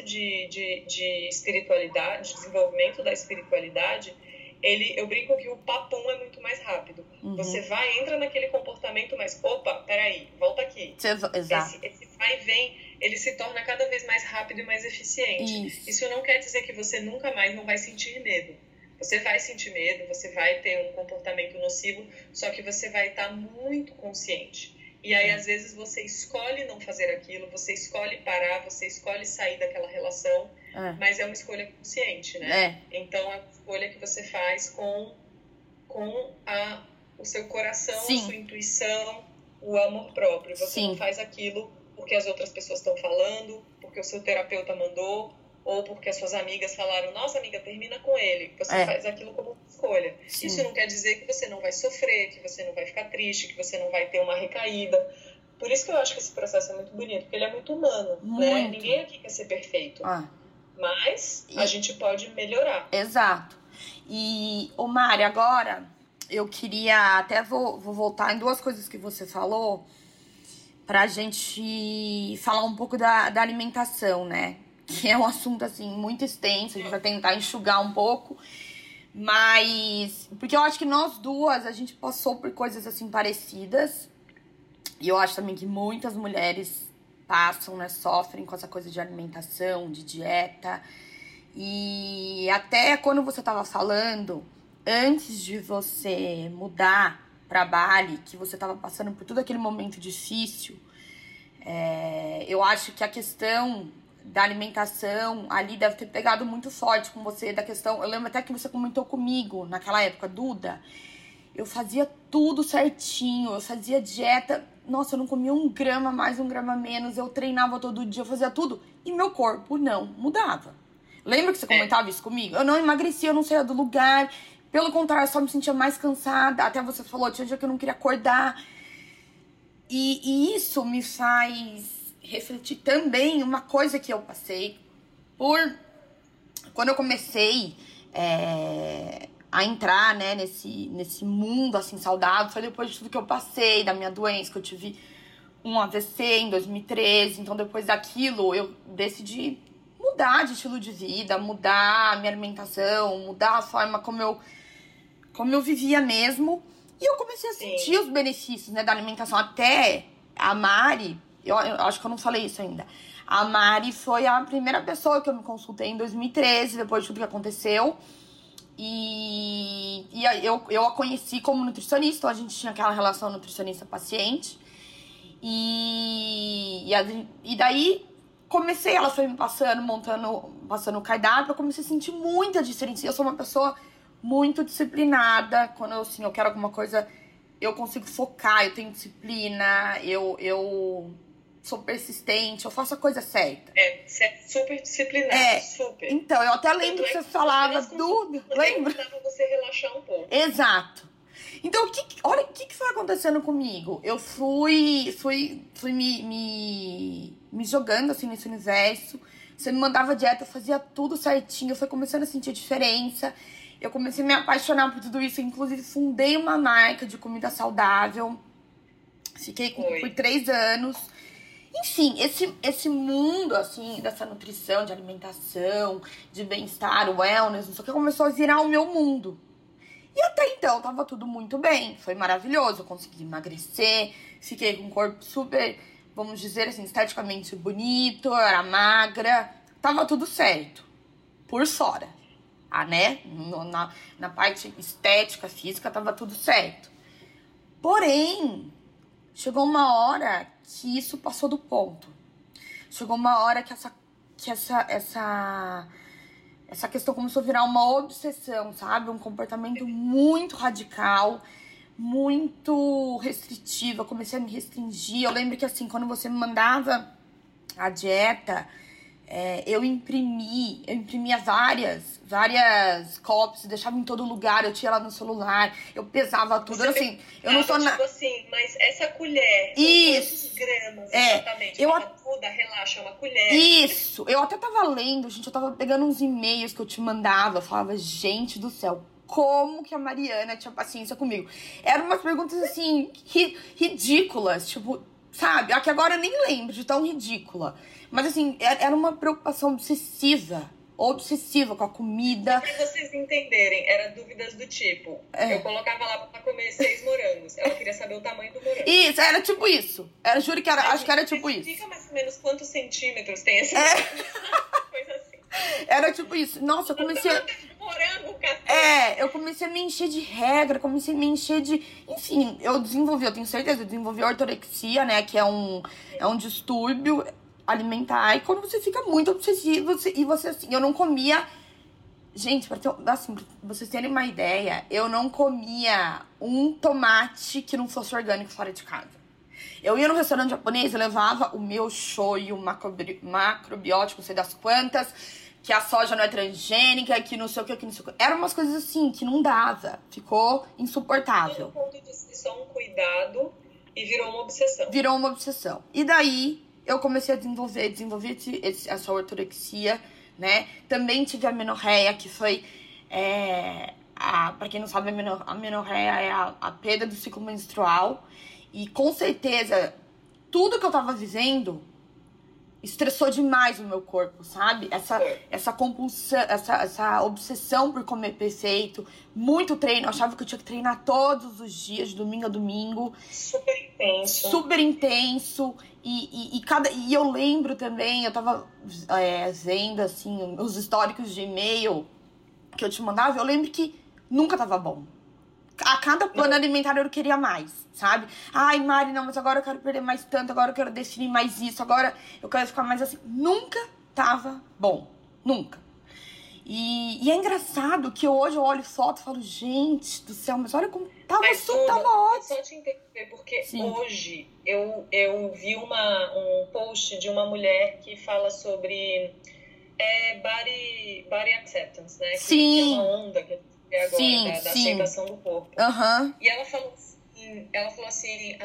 de espiritualidade, de desenvolvimento da espiritualidade, eu brinco que o papum é muito mais rápido. Você entra naquele comportamento, mas, opa, peraí, volta aqui. Exato. Esse vai e vem, ele se torna cada vez mais rápido e mais eficiente. Isso não quer dizer que você nunca mais não vai sentir medo. Você vai sentir medo, você vai ter um comportamento nocivo, só que você vai estar muito consciente. E aí, às vezes, você escolhe não fazer aquilo, você escolhe parar, você escolhe sair daquela relação, mas é uma escolha consciente, né? Então, é uma escolha que você faz com o seu coração, a sua intuição, o amor próprio. Você não faz aquilo porque as outras pessoas estão falando, porque o seu terapeuta mandou, ou porque as suas amigas falaram, nossa amiga, termina com ele. Você faz aquilo como uma escolha. Isso não quer dizer que você não vai sofrer, que você não vai ficar triste, que você não vai ter uma recaída. Por isso que eu acho que esse processo é muito bonito, porque ele é muito humano, né? Ninguém aqui quer ser perfeito. Mas a gente pode melhorar. Exato. E, Mari, agora eu queria, até vou voltar em duas coisas que você falou, pra gente falar um pouco da alimentação, né? Que é um assunto, assim, muito extenso, a gente vai tentar enxugar um pouco, mas... Porque eu acho que nós duas, a gente passou por coisas, assim, parecidas, e eu acho também que muitas mulheres passam, né, sofrem com essa coisa de alimentação, de dieta, e até quando você tava falando, antes de você mudar pra Bali, que você tava passando por todo aquele momento difícil, eu acho que a questão da alimentação ali deve ter pegado muito forte com você, da questão... Eu lembro até que você comentou comigo naquela época, Duda, eu fazia tudo certinho, eu fazia dieta. Nossa, eu não comia 1 grama mais, 1 grama menos. Eu treinava todo dia, eu fazia tudo. E meu corpo não mudava. Lembra que você comentava isso comigo? Eu não emagrecia, eu não saía do lugar. Pelo contrário, eu só me sentia mais cansada. Até você falou, tinha dia que eu não queria acordar. E isso me faz refletir também uma coisa que eu passei quando eu comecei a entrar, né, nesse mundo, assim, saudável. Foi depois de tudo que eu passei, da minha doença, que eu tive um AVC em 2013. Então, depois daquilo, eu decidi mudar de estilo de vida, mudar a minha alimentação, mudar a forma como eu vivia mesmo. E eu comecei a sentir os benefícios, né, da alimentação. Até a Mari, eu acho que eu não falei isso ainda. A Mari foi a primeira pessoa que eu me consultei em 2013, depois de tudo que aconteceu. E eu a conheci como nutricionista, então a gente tinha aquela relação nutricionista-paciente. E daí comecei, ela foi me passando o cardápio, eu comecei a sentir muita diferença. Eu sou uma pessoa muito disciplinada. Quando eu quero alguma coisa, eu consigo focar, eu tenho disciplina, eu sou persistente, eu faço a coisa certa. Você é super disciplinada, super. Então, eu até lembro que você falava lembra? Dá pra você relaxar um pouco. Exato. Então, olha o que foi acontecendo comigo. Eu fui me jogando, assim, nesse universo. Você me mandava dieta, eu fazia tudo certinho. Eu fui começando a sentir a diferença. Eu comecei a me apaixonar por tudo isso. Eu, inclusive, fundei uma marca de comida saudável. Fiquei por 3 anos. Enfim, esse mundo, assim, dessa nutrição, de alimentação, de bem-estar, wellness, não sei o que, começou a virar o meu mundo. E até então, tava tudo muito bem. Foi maravilhoso. Eu consegui emagrecer. Fiquei com um corpo super, vamos dizer assim, esteticamente bonito. Eu era magra. Tava tudo certo. Por fora. Né? Na parte estética, física, tava tudo certo. Porém, chegou uma hora que isso passou do ponto. Chegou uma hora que essa questão começou a virar uma obsessão, sabe? Um comportamento muito radical, muito restritivo. Eu comecei a me restringir. Eu lembro que, assim, quando você me mandava a dieta, eu imprimia várias copies, deixava em todo lugar, eu tinha lá no celular, eu pesava tudo. Você assim, eu não sou tipo assim, mas essa colher, isso, quantos gramas, exatamente? Relaxa, uma colher. Isso, eu até tava lendo, gente, eu tava pegando uns e-mails que eu te mandava, eu falava, gente do céu, como que a Mariana tinha paciência comigo? Eram umas perguntas, assim, ridículas, tipo, sabe? Aqui agora eu nem lembro de tão ridícula. Mas, assim, era uma preocupação obsessiva com a comida. Pra vocês entenderem, eram dúvidas do tipo, eu colocava lá pra comer 6 morangos. Ela queria saber o tamanho do morango. Isso, era tipo isso. Juro que acho que era tipo isso. Fica mais ou menos quantos centímetros tem esse coisa assim. Era tipo isso. Nossa, eu comecei morango, eu comecei a me encher de regra, comecei a me encher de... Enfim, eu tenho certeza, eu desenvolvi ortorexia, né, que é um distúrbio alimentar. E quando você fica muito obsessivo, você assim, eu não comia... Gente, pra vocês terem uma ideia, eu não comia um tomate que não fosse orgânico fora de casa. Eu ia no restaurante japonês, eu levava o meu shoyu, macrobiótico, não sei das quantas, que a soja não é transgênica, que não sei o que, que não sei o que. Eram umas coisas assim, que não dava. Ficou insuportável. Do ponto de ser só um cuidado e virou uma obsessão. Virou uma obsessão. E daí, eu comecei a desenvolver essa ortorexia, né? Também tive a amenorreia, que foi... pra quem não sabe, a amenorreia é a perda do ciclo menstrual. E com certeza, tudo que eu tava vivendo estressou demais o meu corpo, sabe? Essa compulsão, essa obsessão por comer perfeito, muito treino. Eu achava que eu tinha que treinar todos os dias, de domingo a domingo. Super intenso. E eu lembro também, eu tava vendo, assim, os históricos de e-mail que eu te mandava, eu lembro que nunca tava bom. A cada plano alimentar eu queria mais, sabe? Ai, Mari, não, mas agora eu quero perder mais tanto, agora eu quero definir mais isso, agora eu quero ficar mais assim. Nunca tava bom. Nunca. E é engraçado que hoje eu olho foto e falo, gente do céu, mas olha como tava ótimo. ótimo. Só te interromper, porque Sim. hoje eu vi um post de uma mulher que fala sobre body acceptance, né? Sim. Que é uma onda que é agora sim, da sim. aceitação do corpo. Uhum. E ela falou assim,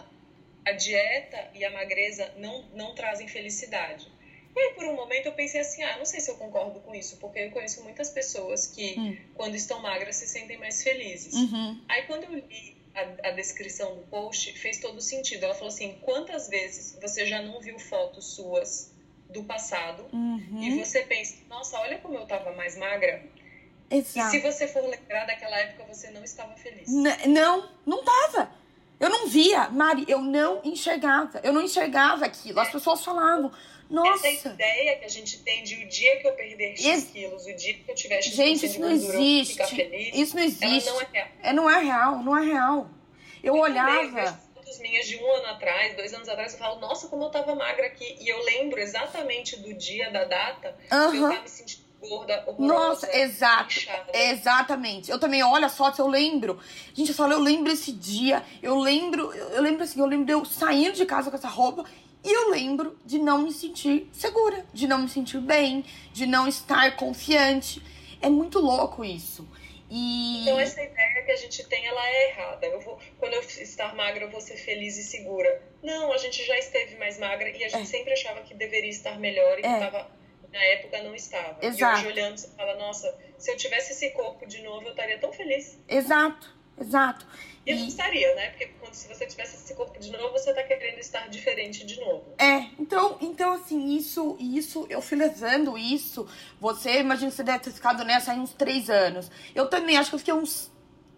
a dieta e a magreza não trazem felicidade. E aí, por um momento, eu pensei assim, não sei se eu concordo com isso, porque eu conheço muitas pessoas que, quando estão magras, se sentem mais felizes. Uhum. Aí, quando eu li a descrição do post, fez todo sentido. Ela falou assim, quantas vezes você já não viu fotos suas do passado e você pensa, nossa, olha como eu tava mais magra. Exato. E se você for lembrar daquela época, você não estava feliz. Não tava. Eu não via, Mari, eu não enxergava. Eu não enxergava aquilo. As pessoas falavam, nossa. Essa ideia que a gente tem de o dia que eu perder X quilos, o dia que eu tiver X gente, isso não existe. Ficar feliz, isso não existe. Ela não é real. Não é real. Eu olhava. Eu vejo fotos minhas de 1 ano atrás, 2 anos atrás, eu falo, nossa, como eu tava magra aqui. E eu lembro exatamente do dia, da data, que eu tava me sentindo gorda, horrorosa. Nossa, exatamente. Eu também olho as fotos, eu lembro. Gente, eu lembro esse dia. Eu lembro de eu saindo de casa com essa roupa. E eu lembro de não me sentir segura, de não me sentir bem, de não estar confiante. É muito louco isso. Então essa ideia que a gente tem, ela é errada. Quando eu estar magra, eu vou ser feliz e segura. Não, a gente já esteve mais magra e a gente sempre achava que deveria estar melhor e que na época não estava. Exato. E hoje olhando, você fala, nossa, se eu tivesse esse corpo de novo, eu estaria tão feliz. Exato. E não estaria, né? Porque se você tivesse esse corpo de novo, você tá querendo estar diferente de novo. Então assim, isso, eu fui levando isso. Você, imagina que você deve ter ficado nessa aí uns 3 anos. Eu também, acho que eu fiquei uns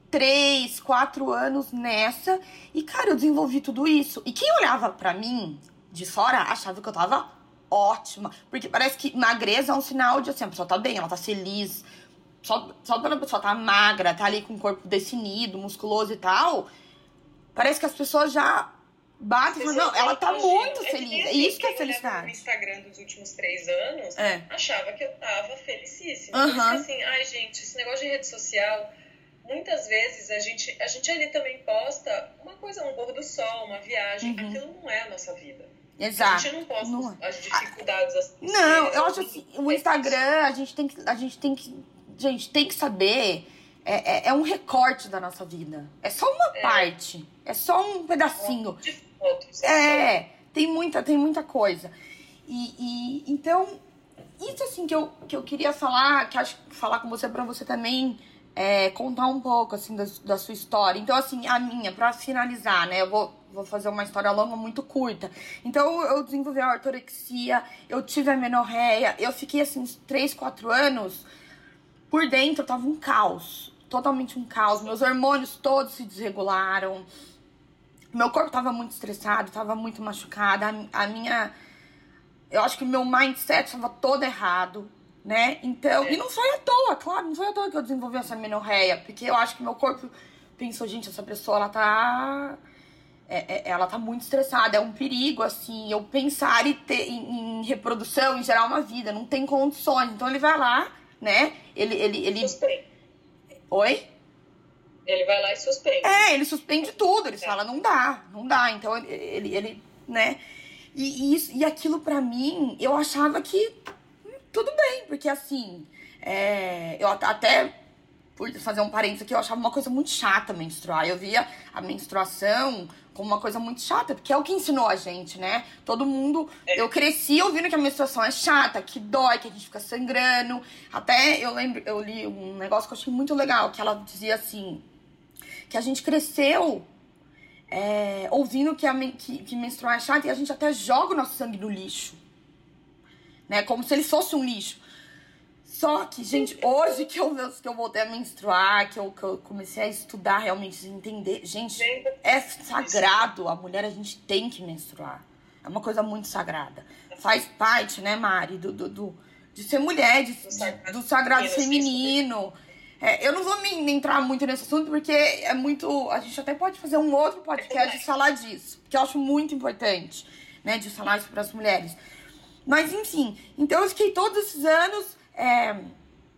3, 4 anos nessa. E, cara, eu desenvolvi tudo isso. E quem olhava pra mim, de fora, achava que eu tava ótima. Porque parece que magreza é um sinal de, assim, a pessoa tá bem, ela tá feliz. Só pela pessoa tá magra, tá ali com o corpo definido, musculoso e tal, parece que as pessoas já batem e falam, não, ela tá muito feliz. É isso que é felicidade. No Instagram dos últimos 3 anos, achava que eu tava felicíssima. Por isso que assim, gente, esse negócio de rede social, muitas vezes a gente ali também posta uma coisa, um pôr do sol, uma viagem. Aquilo não é a nossa vida. Exato. A gente não posta as dificuldades. Não, eu acho assim, o Instagram, a gente tem que saber, é um recorte da nossa vida. É só uma parte. É só um pedacinho. De fotos. Tem muita coisa. E então, isso assim que eu queria falar, que acho que falar com você pra você também contar um pouco assim da sua história. Então, assim, a minha, pra finalizar, né? Eu vou fazer uma história longa, muito curta. Então, eu desenvolvi a ortorexia, eu tive a menorreia, eu fiquei assim uns 3, 4 anos. Por dentro, tava um caos. Totalmente um caos. Meus hormônios todos se desregularam. Meu corpo tava muito estressado, tava muito machucada. Eu acho que o meu mindset tava todo errado, né? Então, e não foi à toa, claro. Não foi à toa que eu desenvolvi essa menorreia. Porque eu acho que meu corpo pensou, gente, essa pessoa, ela tá muito estressada. É um perigo, assim, eu pensar em reprodução, em gerar uma vida. Não tem condições. Então, ele vai lá, né? Ele... Suspende. Oi? Ele vai lá e suspende. Ele suspende tudo. Ele fala, não dá. Então, ele né? E aquilo pra mim, eu achava que tudo bem. Porque, assim, eu até, por fazer um parênteses aqui, eu achava uma coisa muito chata menstruar. Eu via a menstruação como uma coisa muito chata, porque é o que ensinou a gente, né? Todo mundo... Eu cresci ouvindo que a menstruação é chata, que dói, que a gente fica sangrando. Até eu li um negócio que eu achei muito legal, que ela dizia assim, que a gente cresceu ouvindo que menstruar é chato e a gente até joga o nosso sangue no lixo, né? Como se ele fosse um lixo. Só que, gente, hoje que eu voltei a menstruar, que eu comecei a estudar realmente, entender... Gente, é sagrado. A mulher, a gente tem que menstruar. É uma coisa muito sagrada. Faz parte, né, Mari, de ser mulher, do sagrado feminino. Eu não vou me entrar muito nesse assunto, porque é muito... A gente até pode fazer um outro podcast de falar disso, que eu acho muito importante, né, de falar isso para as mulheres. Mas, enfim, então eu fiquei todos esses anos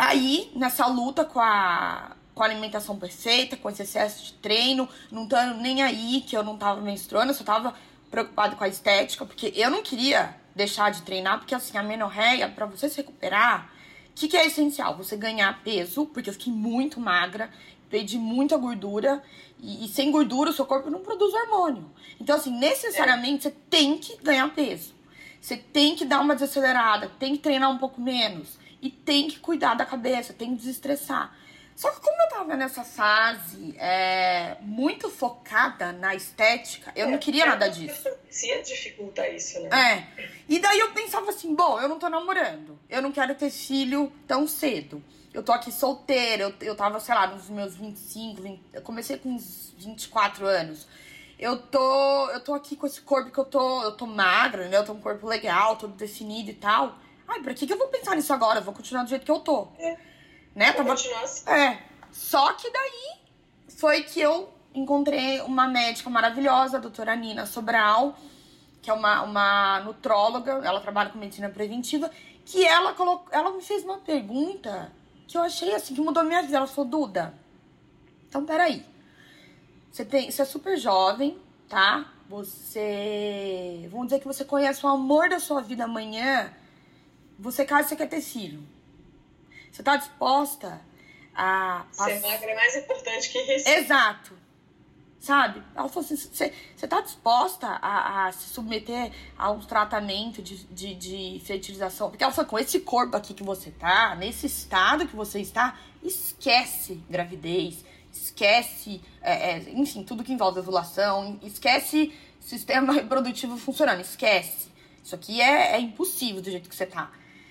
Aí, nessa luta com a alimentação perfeita, com esse excesso de treino, não estando nem aí que eu não tava menstruando, eu só tava preocupada com a estética, porque eu não queria deixar de treinar, porque assim, a menorreia, pra você se recuperar, o que é essencial? Você ganhar peso, porque eu fiquei muito magra, perdi muita gordura, e sem gordura o seu corpo não produz hormônio. Então, assim, necessariamente você tem que ganhar peso. Você tem que dar uma desacelerada, tem que treinar um pouco menos. E tem que cuidar da cabeça, tem que desestressar. Só que como eu tava nessa fase muito focada na estética, eu não queria nada disso. Se dificulta isso, né? E daí eu pensava assim, bom, eu não tô namorando. Eu não quero ter filho tão cedo. Eu tô aqui solteira, eu tava, sei lá, nos meus 25, eu comecei com uns 24 anos. Eu tô aqui com esse corpo que eu tô magra, né? Eu tô com um corpo legal, todo definido e tal. Ai, pra que eu vou pensar nisso agora? Eu vou continuar do jeito que eu tô. Né? Vou continuar assim. Só que daí foi que eu encontrei uma médica maravilhosa, a doutora Nina Sobral, que é uma nutróloga, ela trabalha com medicina preventiva, que ela me fez uma pergunta que eu achei assim, que mudou minha vida. Ela falou, Duda, então peraí. Você é super jovem, tá? Vamos dizer que você conhece o amor da sua vida amanhã. Você casa e você quer ter filho. Você tá disposta a... Ser magra é mais importante que isso. Exato. Sabe? Ela falou assim, você tá disposta a se submeter a um tratamento de fertilização? Porque ela falou, com esse corpo aqui que você tá, nesse estado que você está, esquece gravidez, esquece, enfim, tudo que envolve ovulação, esquece sistema reprodutivo funcionando, esquece. Isso aqui é impossível do jeito que você tá.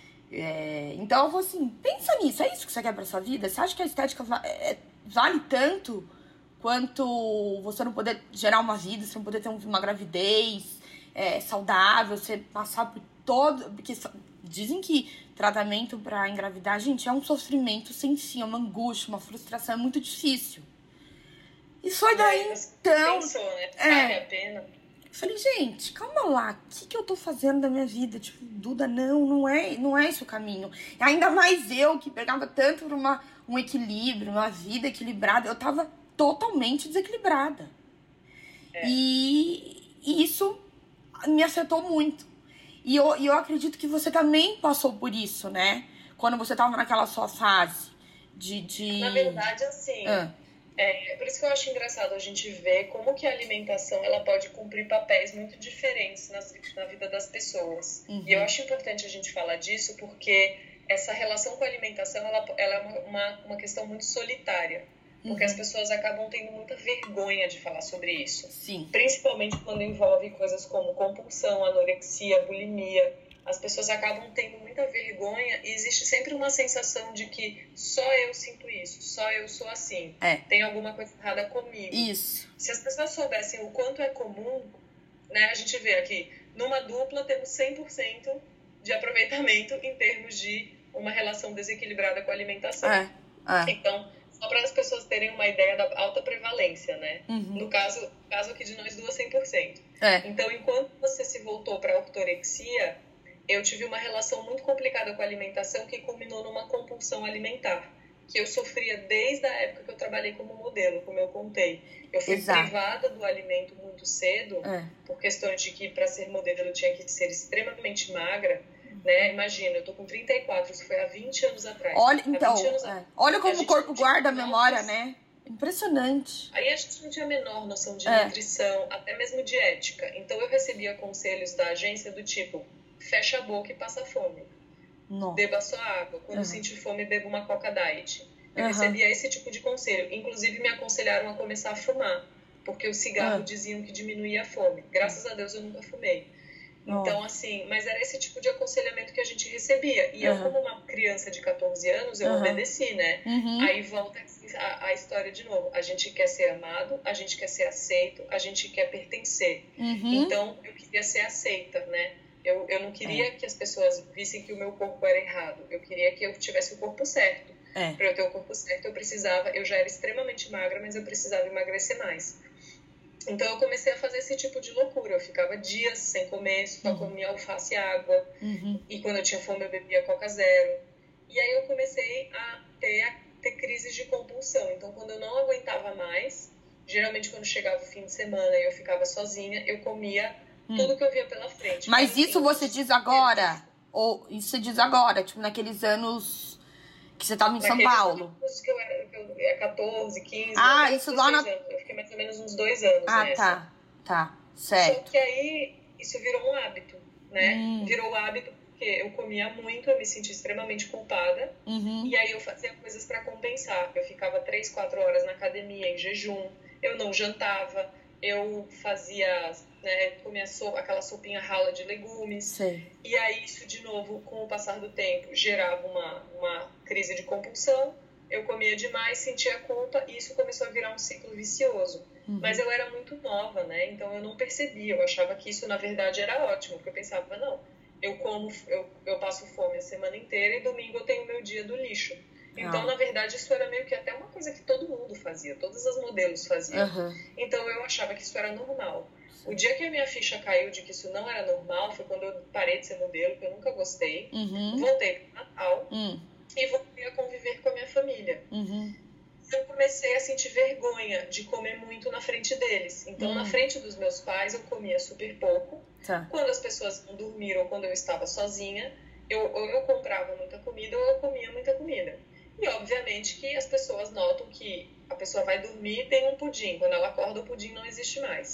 Então eu vou assim, pensa nisso, é isso que você quer pra sua vida? Você acha que a estética vale tanto quanto você não poder gerar uma vida, você não poder ter uma gravidez saudável, você passar por todo... Porque dizem que tratamento pra engravidar, gente, é um sofrimento sem fim, é uma angústia, uma frustração, é muito difícil. E foi daí então... Pensou, né? Vale a pena. Eu falei, gente, calma lá, o que eu tô fazendo da minha vida? Tipo, Duda, não é esse o caminho. E ainda mais eu, que pegava tanto por um equilíbrio, uma vida equilibrada, eu tava totalmente desequilibrada. E isso me afetou muito. E eu acredito que você também passou por isso, né? Quando você tava naquela sua fase de... Na verdade, assim... por isso que eu acho engraçado a gente ver como que a alimentação ela pode cumprir papéis muito diferentes na vida das pessoas. Uhum. E eu acho importante a gente falar disso porque essa relação com a alimentação ela é uma questão muito solitária. Porque as pessoas acabam tendo muita vergonha de falar sobre isso. Sim. Principalmente quando envolve coisas como compulsão, anorexia, bulimia. As pessoas acabam tendo muita vergonha e existe sempre uma sensação de que só eu sinto isso, só eu sou assim. Tem alguma coisa errada comigo. Isso. Se as pessoas soubessem o quanto é comum, né, a gente vê aqui, numa dupla temos 100% de aproveitamento em termos de uma relação desequilibrada com a alimentação. Então, só para as pessoas terem uma ideia da alta prevalência, né? Uhum. No caso aqui de nós duas, 100%. Então, enquanto você se voltou para a ortorexia, eu tive uma relação muito complicada com a alimentação que culminou numa compulsão alimentar, que eu sofria desde a época que eu trabalhei como modelo, como eu contei. Eu fui privada do alimento muito cedo, por questões de que para ser modelo eu tinha que ser extremamente magra, né? Imagina, eu tô com 34, isso foi há 20 anos atrás. Olha, então, olha como o corpo guarda a memória, né? Impressionante. Aí a gente não tinha a menor noção de nutrição, até mesmo de ética. Então eu recebia conselhos da agência do tipo, fecha a boca e passa fome. Não. Beba só água. Quando sentir fome, beba uma Coca Diet. Eu recebia esse tipo de conselho. Inclusive, me aconselharam a começar a fumar, porque o cigarro diziam que diminuía a fome. Graças a Deus, eu nunca fumei. Então, assim, mas era esse tipo de aconselhamento que a gente recebia. E eu, como uma criança de 14 anos, eu obedeci, né? Aí volta a história de novo. A gente quer ser amado, a gente quer ser aceito, a gente quer pertencer. Então, eu queria ser aceita, né? Eu não queria que as pessoas vissem que o meu corpo era errado. Eu queria que eu tivesse o corpo certo. Para eu ter o corpo certo, eu já era extremamente magra, mas eu precisava emagrecer mais. Então eu comecei a fazer esse tipo de loucura. Eu ficava dias sem comer, só comia alface e água. E quando eu tinha fome, eu bebia Coca Zero. E aí eu comecei a ter crises de compulsão. Então, quando eu não aguentava mais, geralmente quando chegava o fim de semana e eu ficava sozinha, eu comia tudo que eu via pela frente. Mas isso você diz agora? Ou isso você diz agora, tipo, naqueles anos que você tava em São Paulo? Anos que eu era 14, 15, isso lá na... anos. Eu fiquei mais ou menos uns 2 anos nessa. Tá, certo. Só que aí isso virou um hábito, né? Virou hábito porque eu comia muito, eu me sentia extremamente culpada. E aí eu fazia coisas para compensar. Eu ficava 3, 4 horas na academia, em jejum. Eu não jantava. Eu fazia, né, comia aquela sopinha rala de legumes. Sei. E aí isso, de novo, com o passar do tempo, gerava uma crise de compulsão. Eu comia demais, sentia culpa e isso começou a virar um ciclo vicioso. Mas eu era muito nova, né? Então eu não percebia. Eu achava que isso, na verdade, era ótimo. Porque eu pensava, não, eu passo fome a semana inteira e domingo eu tenho meu dia do lixo. Então, na verdade, isso era meio que até uma coisa que todo mundo fazia. Todas as modelos faziam. Então eu achava que isso era normal. O dia que a minha ficha caiu de que isso não era normal foi quando eu parei de ser modelo, que eu nunca gostei. Voltei para o Natal e voltei a conviver com a minha família. Eu comecei a sentir vergonha de comer muito na frente deles. Então, na frente dos meus pais, eu comia super pouco. Quando as pessoas não dormiram ou quando eu estava sozinha, eu comprava muita comida ou eu comia muita comida. E, obviamente, que as pessoas notam que a pessoa vai dormir e tem um pudim. Quando ela acorda, o pudim não existe mais.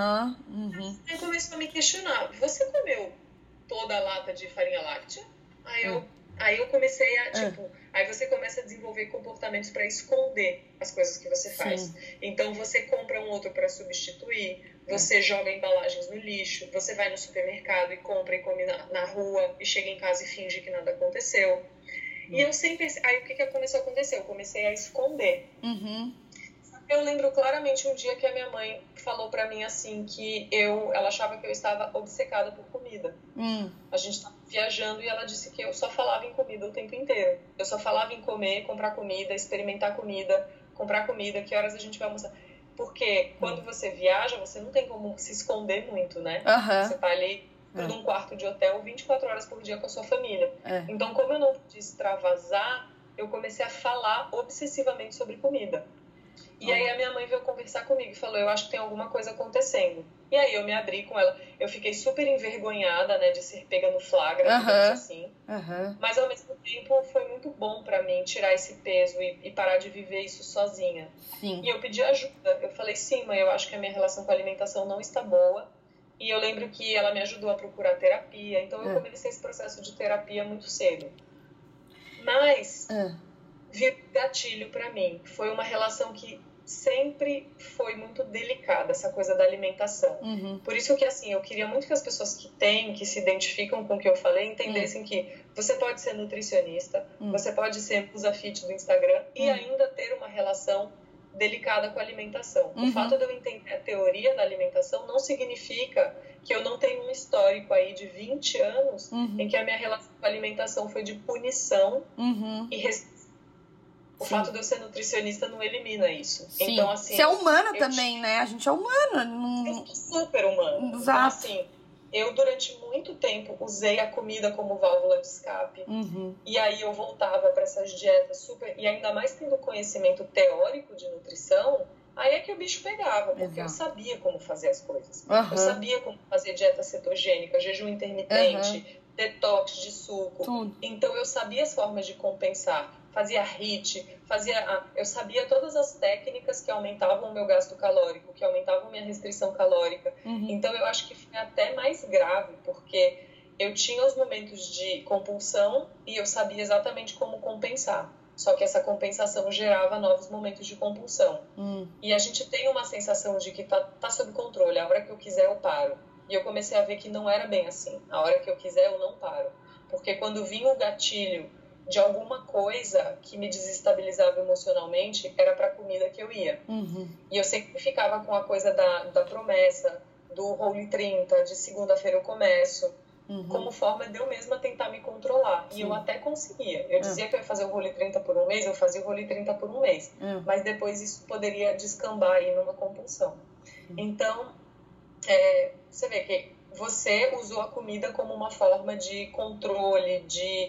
Aí começou a me questionar. Você comeu toda a lata de farinha láctea? Aí eu comecei a, aí você começa a desenvolver comportamentos para esconder as coisas que você faz. Então, você compra um outro para substituir, você joga embalagens no lixo, você vai no supermercado e compra e come na rua e chega em casa e finge que nada aconteceu. E eu sempre... Aí o que começou a acontecer? Eu comecei a esconder. Eu lembro claramente um dia que a minha mãe falou pra mim assim que ela achava que eu estava obcecada por comida. A gente estava viajando e ela disse que eu só falava em comida o tempo inteiro. Eu só falava em comer, comprar comida, experimentar comida, comprar comida, que horas a gente vai almoçar. Porque quando você viaja, você não tem como se esconder muito, né? Você tá ali num quarto de hotel 24 horas por dia com a sua família. Então, como eu não podia extravasar, eu comecei a falar obsessivamente sobre comida. E aí a minha mãe veio conversar comigo e falou, eu acho que tem alguma coisa acontecendo. E aí eu me abri com ela. Eu fiquei super envergonhada, né, de ser pega no flagra, digamos assim. Mas ao mesmo tempo foi muito bom pra mim tirar esse peso e parar de viver isso sozinha. E eu pedi ajuda. Eu falei, sim, mãe, eu acho que a minha relação com a alimentação não está boa. E eu lembro que ela me ajudou a procurar terapia. Então eu comecei esse processo de terapia muito cedo. Mas virou gatilho pra mim. Foi uma relação que sempre foi muito delicada, essa coisa da alimentação. Por isso que, assim, eu queria muito que as pessoas que se identificam com o que eu falei, entendessem que você pode ser nutricionista, você pode ser musa fit do Instagram e ainda ter uma relação delicada com a alimentação. O fato de eu entender a teoria da alimentação não significa que eu não tenho um histórico aí de 20 anos em que a minha relação com a alimentação foi de punição e restrição. O fato de eu ser nutricionista não elimina isso. Sim. Então, assim... Você é humana também, né? A gente é humana. Eu sou super humana. Exato. Então, assim, eu durante muito tempo usei a comida como válvula de escape. E aí eu voltava para essas dietas super... E ainda mais tendo conhecimento teórico de nutrição, aí é que o bicho pegava. Porque eu sabia como fazer as coisas. Eu sabia como fazer dieta cetogênica, jejum intermitente, detox de suco. Tudo. Então eu sabia as formas de compensar. Fazia HIIT, eu sabia todas as técnicas que aumentavam o meu gasto calórico, que aumentavam minha restrição calórica. Então eu acho que foi até mais grave, porque eu tinha os momentos de compulsão e eu sabia exatamente como compensar. Só que essa compensação gerava novos momentos de compulsão. E a gente tem uma sensação de que tá sob controle, a hora que eu quiser eu paro. E eu comecei a ver que não era bem assim. A hora que eu quiser eu não paro. Porque quando vinha o gatilho de alguma coisa que me desestabilizava emocionalmente, era pra comida que eu ia. E eu sempre ficava com a coisa da promessa, do Whole 30, de segunda-feira eu começo, como forma de eu mesma tentar me controlar. E eu até conseguia. Eu dizia que eu ia fazer o Whole 30 por um mês, eu fazia o Whole 30 por um mês. Mas depois isso poderia descambar aí numa compulsão. Então, você vê que você usou a comida como uma forma de controle, de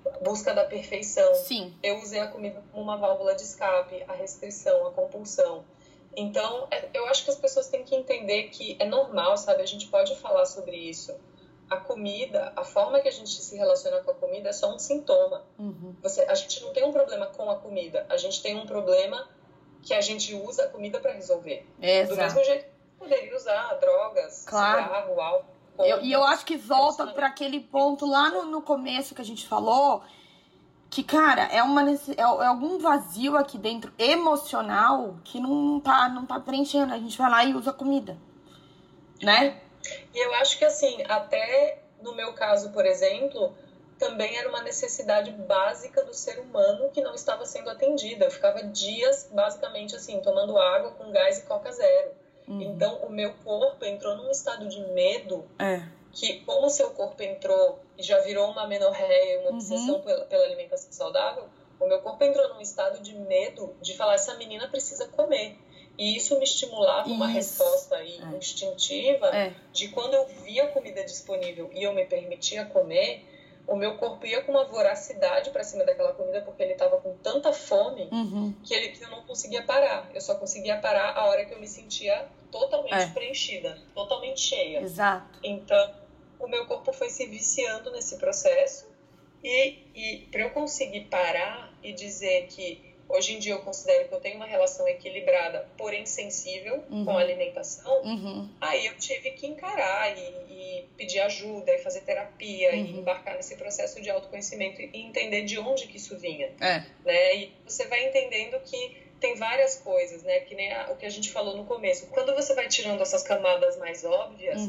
busca da perfeição. Sim. Eu usei a comida como uma válvula de escape, a restrição, a compulsão. Então, eu acho que as pessoas têm que entender que é normal, sabe? A gente pode falar sobre isso. A comida, a forma que a gente se relaciona com a comida é só um sintoma. A gente não tem um problema com a comida, a gente tem um problema que a gente usa a comida para resolver. Exato. Do mesmo jeito que poderia usar drogas, cigarro, álcool. E eu acho que volta para aquele ponto lá no começo que a gente falou, que, cara, é algum vazio aqui dentro, emocional, que não tá preenchendo. A gente vai lá e usa comida, né? E eu acho que, assim, até no meu caso, por exemplo, também era uma necessidade básica do ser humano que não estava sendo atendida. Eu ficava dias, basicamente, assim, tomando água com gás e coca zero. Então, o meu corpo entrou num estado de medo que, como o seu corpo entrou e já virou uma amenorreia, uma obsessão pela alimentação saudável, o meu corpo entrou num estado de medo de falar, essa menina precisa comer. E isso me estimulava uma resposta instintiva de quando eu via comida disponível e eu me permitia comer, o meu corpo ia com uma voracidade para cima daquela comida porque ele estava com tanta fome que eu não conseguia parar. Eu só conseguia parar a hora que eu me sentia totalmente preenchida, totalmente cheia. Exato. Então, o meu corpo foi se viciando nesse processo e para eu conseguir parar e dizer que hoje em dia eu considero que eu tenho uma relação equilibrada, porém sensível com a alimentação, aí eu tive que encarar e pedir ajuda e fazer terapia e embarcar nesse processo de autoconhecimento e entender de onde que isso vinha. Né? E você vai entendendo que tem várias coisas, né? Que nem o que a gente falou no começo. Quando você vai tirando essas camadas mais óbvias,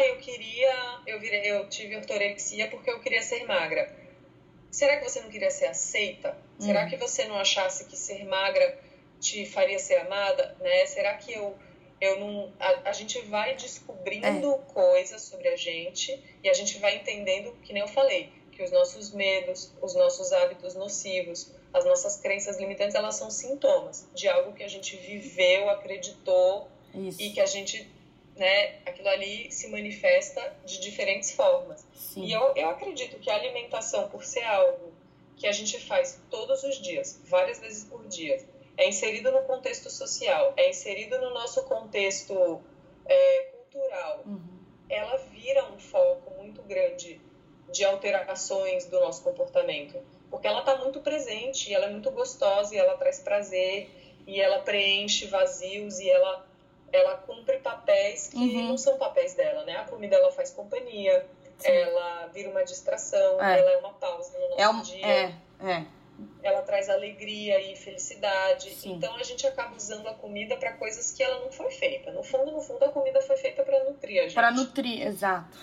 eu tive ortorexia porque eu queria ser magra. Será que você não queria ser aceita? Será que você não achasse que ser magra te faria ser amada? Né? Será que eu não... A gente vai descobrindo coisas sobre a gente e a gente vai entendendo, que nem eu falei, que os nossos medos, os nossos hábitos nocivos, as nossas crenças limitantes, elas são sintomas de algo que a gente viveu, acreditou e que a gente... Né, aquilo ali se manifesta de diferentes formas. Sim. E eu acredito que a alimentação, por ser algo que a gente faz todos os dias, várias vezes por dia, é inserido no contexto social, é inserido no nosso contexto cultural, ela vira um foco muito grande de alterações do nosso comportamento. Porque ela está muito presente, ela é muito gostosa, e ela traz prazer, e ela preenche vazios, e ela cumpre papéis que não são papéis dela, né? A comida, ela faz companhia, ela vira uma distração, ela é uma pausa no nosso dia. Ela traz alegria e felicidade. Sim. Então, a gente acaba usando a comida para coisas que ela não foi feita. No fundo, a comida foi feita para nutrir a gente. Para nutrir, exato.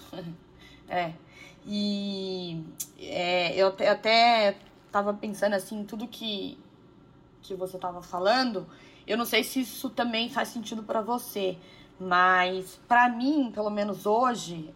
Eu até tava pensando, assim, tudo que você tava falando... Eu não sei se isso também faz sentido pra você, mas pra mim, pelo menos hoje,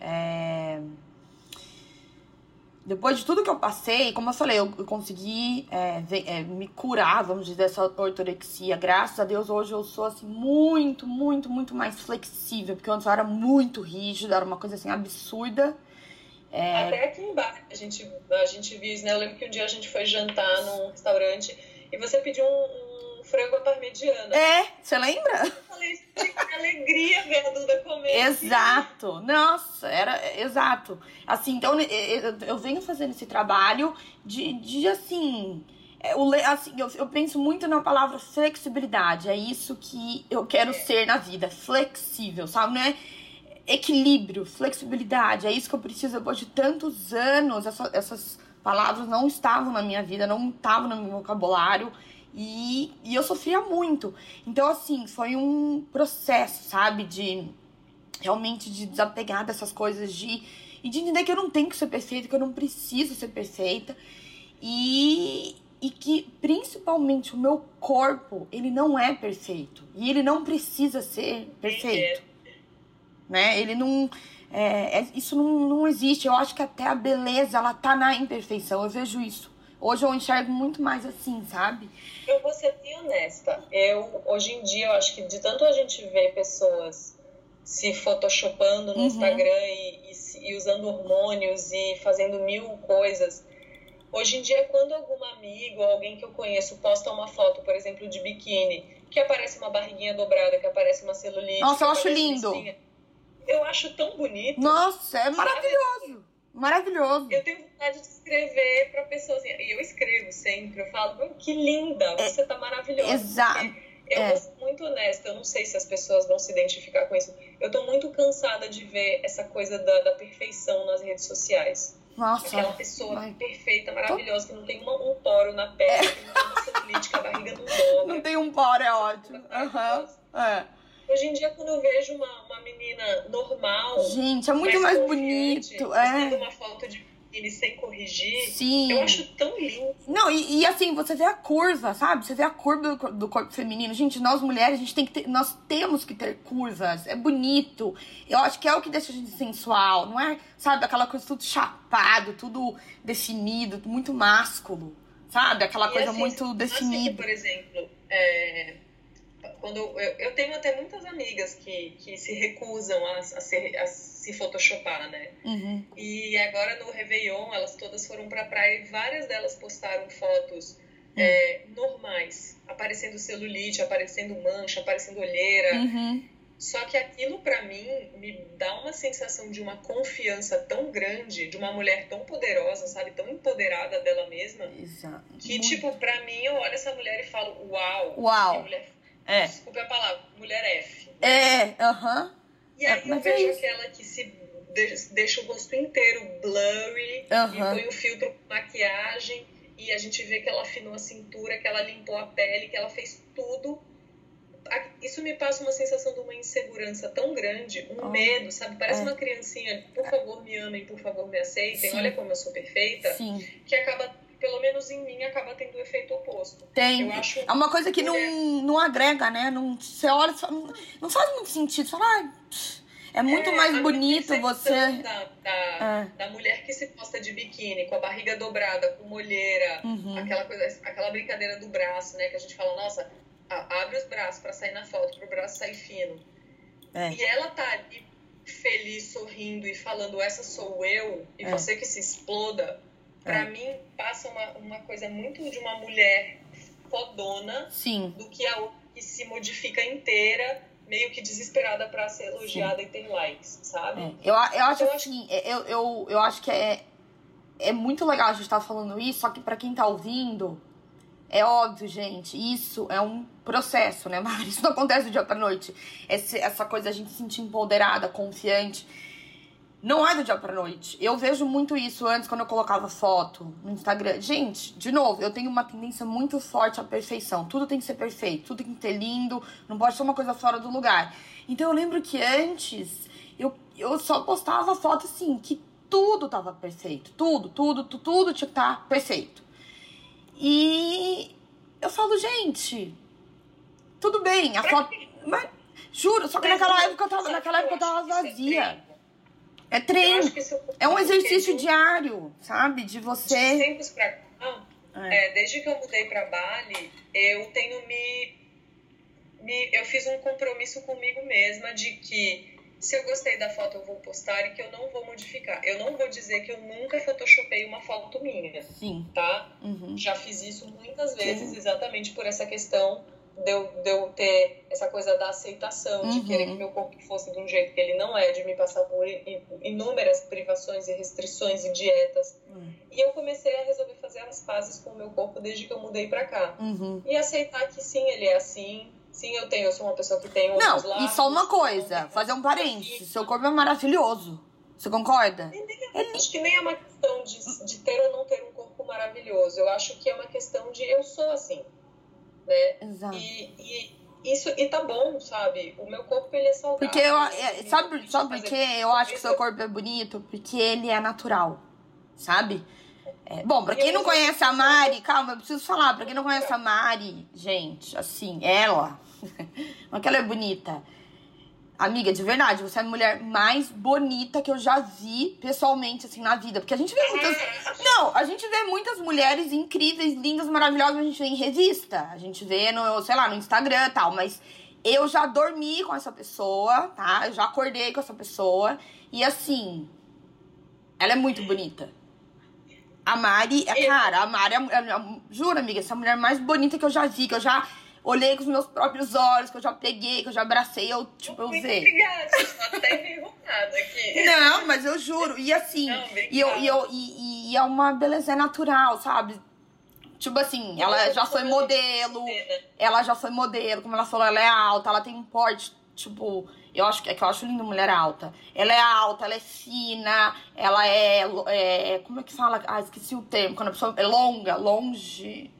depois de tudo que eu passei, como eu falei, eu consegui me curar, vamos dizer, dessa ortorexia. Graças a Deus, hoje eu sou, assim, muito, muito, muito mais flexível, porque antes eu era muito rígida, era uma coisa, assim, absurda. Até aqui embaixo a gente viu isso, né? Eu lembro que um dia a gente foi jantar num restaurante e você pediu um frango à parmegiana. Você lembra? Eu falei, que alegria ver a Duda comer. Exato. Assim. Nossa, exato. Assim, então, eu venho fazendo esse trabalho de assim... eu penso muito na palavra flexibilidade. É isso que eu quero ser na vida. Flexível, sabe? Não é equilíbrio, flexibilidade. É isso que eu preciso. Depois de tantos anos, essas palavras não estavam na minha vida, não estavam no meu vocabulário. E eu sofria muito. Então, assim, foi um processo, sabe? Realmente de desapegar dessas coisas, e de entender que eu não tenho que ser perfeita, que eu não preciso ser perfeita. E que, principalmente, o meu corpo, ele não é perfeito. E ele não precisa ser perfeito. Né? Ele não... isso não existe. Eu acho que até a beleza, ela tá na imperfeição. Eu vejo isso. Hoje eu enxergo muito mais assim, sabe? Eu vou ser bem honesta. Hoje em dia, eu acho que de tanto a gente ver pessoas se photoshopando no Instagram e usando hormônios e fazendo mil coisas, Hoje em dia, quando algum amigo ou alguém que eu conheço posta uma foto, por exemplo, de biquíni, que aparece uma barriguinha dobrada, que aparece uma celulite, Nossa, que eu acho aparece uma lindo. espinha, eu acho tão bonito. Nossa, é sabe? maravilhoso. Maravilhoso. Eu tenho vontade de escrever pra pessoas, e eu escrevo sempre, eu falo, que linda, você tá maravilhosa. Exato. Eu vou ser muito honesta, eu não sei se as pessoas vão se identificar com isso. Eu tô muito cansada de ver essa coisa da perfeição nas redes sociais. Nossa. Aquela pessoa perfeita, maravilhosa, que não tem um poro na pele, que não tem uma celulite, que a barriga não dobra. Não tem um poro, é ótimo. Hoje em dia, quando eu vejo uma menina normal... Gente, é muito mais bonito. Postando uma foto de biquíni sem corrigir. Sim. Eu acho tão lindo. Não, e assim, você vê a curva, sabe? Você vê a curva do corpo feminino. Gente, nós mulheres, a gente tem que ter, nós temos que ter curvas. É bonito. Eu acho que é o que deixa a gente sensual. Não é, sabe, aquela coisa tudo chapado, tudo definido, muito másculo. Sabe? Aquela coisa assim, muito definida. Por exemplo, quando eu tenho até muitas amigas que se recusam a se photoshopar, né? Uhum. E agora no Réveillon, elas todas foram pra praia e várias delas postaram fotos normais, aparecendo celulite, aparecendo mancha, aparecendo olheira. Uhum. Só que aquilo pra mim me dá uma sensação de uma confiança tão grande, de uma mulher tão poderosa, sabe? Tão empoderada dela mesma. Exato. Que, tipo, pra mim, eu olho essa mulher e falo, uau. Uau. Mulher, desculpe a palavra, mulher F. E aí eu vejo aquela que se deixa o rosto inteiro blurry e põe o filtro com maquiagem e a gente vê que ela afinou a cintura, que ela limpou a pele, que ela fez tudo. Isso me passa uma sensação de uma insegurança tão grande, medo, sabe? Parece uma criancinha, por favor me amem, por favor me aceitem, olha como eu sou perfeita, que acaba, pelo menos em mim, acaba tendo o efeito oposto. Tem. Eu acho é uma coisa que não agrega, né? Você olha, não faz muito sentido. Você fala, é muito mais bonito você... Da mulher que se posta de biquíni, com a barriga dobrada, com olheira, aquela brincadeira do braço, né? Que a gente fala, nossa... abre os braços pra sair na foto, pro braço sair fino. E ela tá ali feliz, sorrindo e falando, essa sou eu, e você que se exploda, pra mim passa uma coisa muito de uma mulher fodona do que a outra que se modifica inteira, meio que desesperada pra ser elogiada e ter likes, sabe? Eu acho assim, eu acho que é muito legal a gente estar falando isso, só que pra quem tá ouvindo... É óbvio, gente, isso é um processo, né, Mari? Isso não acontece do dia pra noite. Essa coisa da gente se sentir empoderada, confiante, não é do dia pra noite. Eu vejo muito isso antes, quando eu colocava foto no Instagram. Gente, de novo, eu tenho uma tendência muito forte à perfeição. Tudo tem que ser perfeito, tudo tem que ter lindo, não pode ser uma coisa fora do lugar. Então eu lembro que antes, eu só postava foto assim, que tudo tava perfeito. Tudo tinha que estar perfeito. E eu falo, gente, tudo bem, a foto... Mas, juro, só que naquela época eu tava vazia. É treino. É um exercício diário, sabe? De você... De tempos pra cá, desde que eu mudei pra Bali, eu tenho eu fiz um compromisso comigo mesma de que se eu gostei da foto, eu vou postar e que eu não vou modificar. Eu não vou dizer que eu nunca photoshopei uma foto minha. Sim. Tá? Já fiz isso muitas vezes, exatamente por essa questão de eu ter essa coisa da aceitação, de querer que meu corpo fosse de um jeito que ele não é, de me passar por inúmeras privações e restrições e dietas. E eu comecei a resolver fazer as pazes com o meu corpo desde que eu mudei pra cá. E aceitar que sim, ele é assim. Sim, eu sou uma pessoa que tem outros lados. Não, e só uma coisa, fazer um parênteses. Seu corpo é maravilhoso. Você concorda? Acho que nem é uma questão de ter ou não ter um corpo maravilhoso. Eu acho que é uma questão de eu sou assim, né? Exato. E tá bom, sabe? O meu corpo, ele é saudável. Porque sabe por que eu acho que seu corpo é bonito? Porque ele é natural, sabe? Bom, pra quem não conhece a Mari, calma, eu preciso falar. Pra quem não conhece a Mari, gente, assim, ela... Mas que ela é bonita. Amiga, de verdade, você é a mulher mais bonita que eu já vi pessoalmente, assim, na vida. Porque a gente vê muitas... Não, a gente vê muitas mulheres incríveis, lindas, maravilhosas, a gente vê em revista. A gente vê no, sei lá, no Instagram e tal. Mas eu já dormi com essa pessoa, tá? Eu já acordei com essa pessoa. E assim, ela é muito bonita. A Mari, cara, a Mari, juro, amiga, essa mulher mais bonita que eu já vi, que eu já olhei com os meus próprios olhos, que eu já peguei, que eu já abracei, eu usei. Obrigada, tô até enrolada aqui. Não, mas eu juro, e assim, Não, e é uma beleza natural, sabe? Tipo assim, ela já foi modelo, como ela falou, ela é alta, ela tem um porte, tipo, eu acho lindo mulher alta. Ela é alta, ela é fina, ela como é que fala? Ah, esqueci o termo, quando a pessoa é longilínea.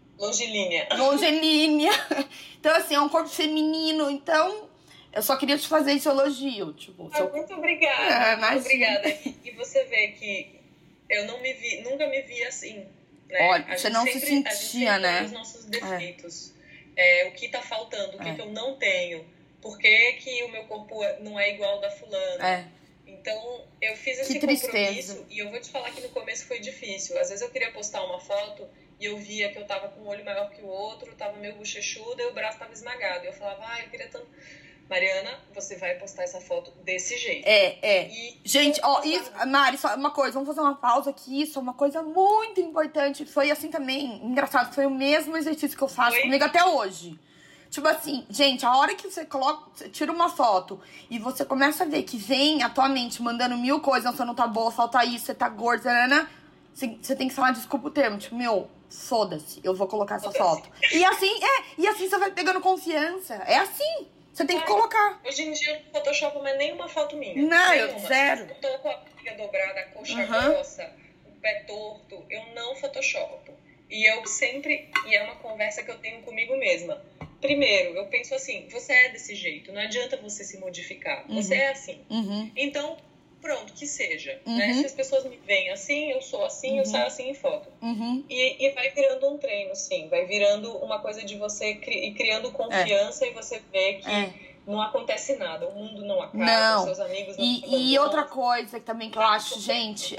Então, assim, é um corpo feminino, então, eu só queria te fazer esse elogio, tipo. Muito obrigada, muito obrigada. E você vê que eu nunca me vi assim. Né? Olha, você não se sentia, né? Os nossos defeitos. O que tá faltando, o que eu não tenho. Por que o meu corpo não é igual ao da fulana? Então, eu fiz esse compromisso e eu vou te falar que no começo foi difícil. Às vezes eu queria postar uma foto e eu via que eu tava com um olho maior que o outro, tava meio bochechuda e o braço tava esmagado. Eu falava, eu queria tanto... Mariana, você vai postar essa foto desse jeito. Gente, isso, Mari, só uma coisa, vamos fazer uma pausa aqui, isso é uma coisa muito importante. Foi assim também, engraçado, foi o mesmo exercício que eu faço comigo até hoje. Tipo assim, gente, a hora que você tira uma foto e você começa a ver que vem a tua mente mandando 1000 coisas, você não tá boa, falta isso, você tá gorda, né? Você tem que falar, desculpa o termo, tipo, foda-se, eu vou colocar essa foto. E assim você vai pegando confiança, é assim. Você tem que colocar. Hoje em dia eu não photoshopo mais nenhuma foto minha. Não, eu zero. Eu tô com a barriga dobrada, a coxa grossa, o pé torto. Eu não photoshopo. E é uma conversa que eu tenho comigo mesma. Primeiro, eu penso assim, você é desse jeito, não adianta você se modificar. Você é assim. Então, pronto, que seja. Né? Se as pessoas me veem assim, eu sou assim, eu saio assim em foto. E vai virando um treino, sim. Vai virando uma coisa de você ir criando confiança e você vê que não acontece nada. O mundo não acaba, seus amigos não E outra coisa que também que eu acho, gente,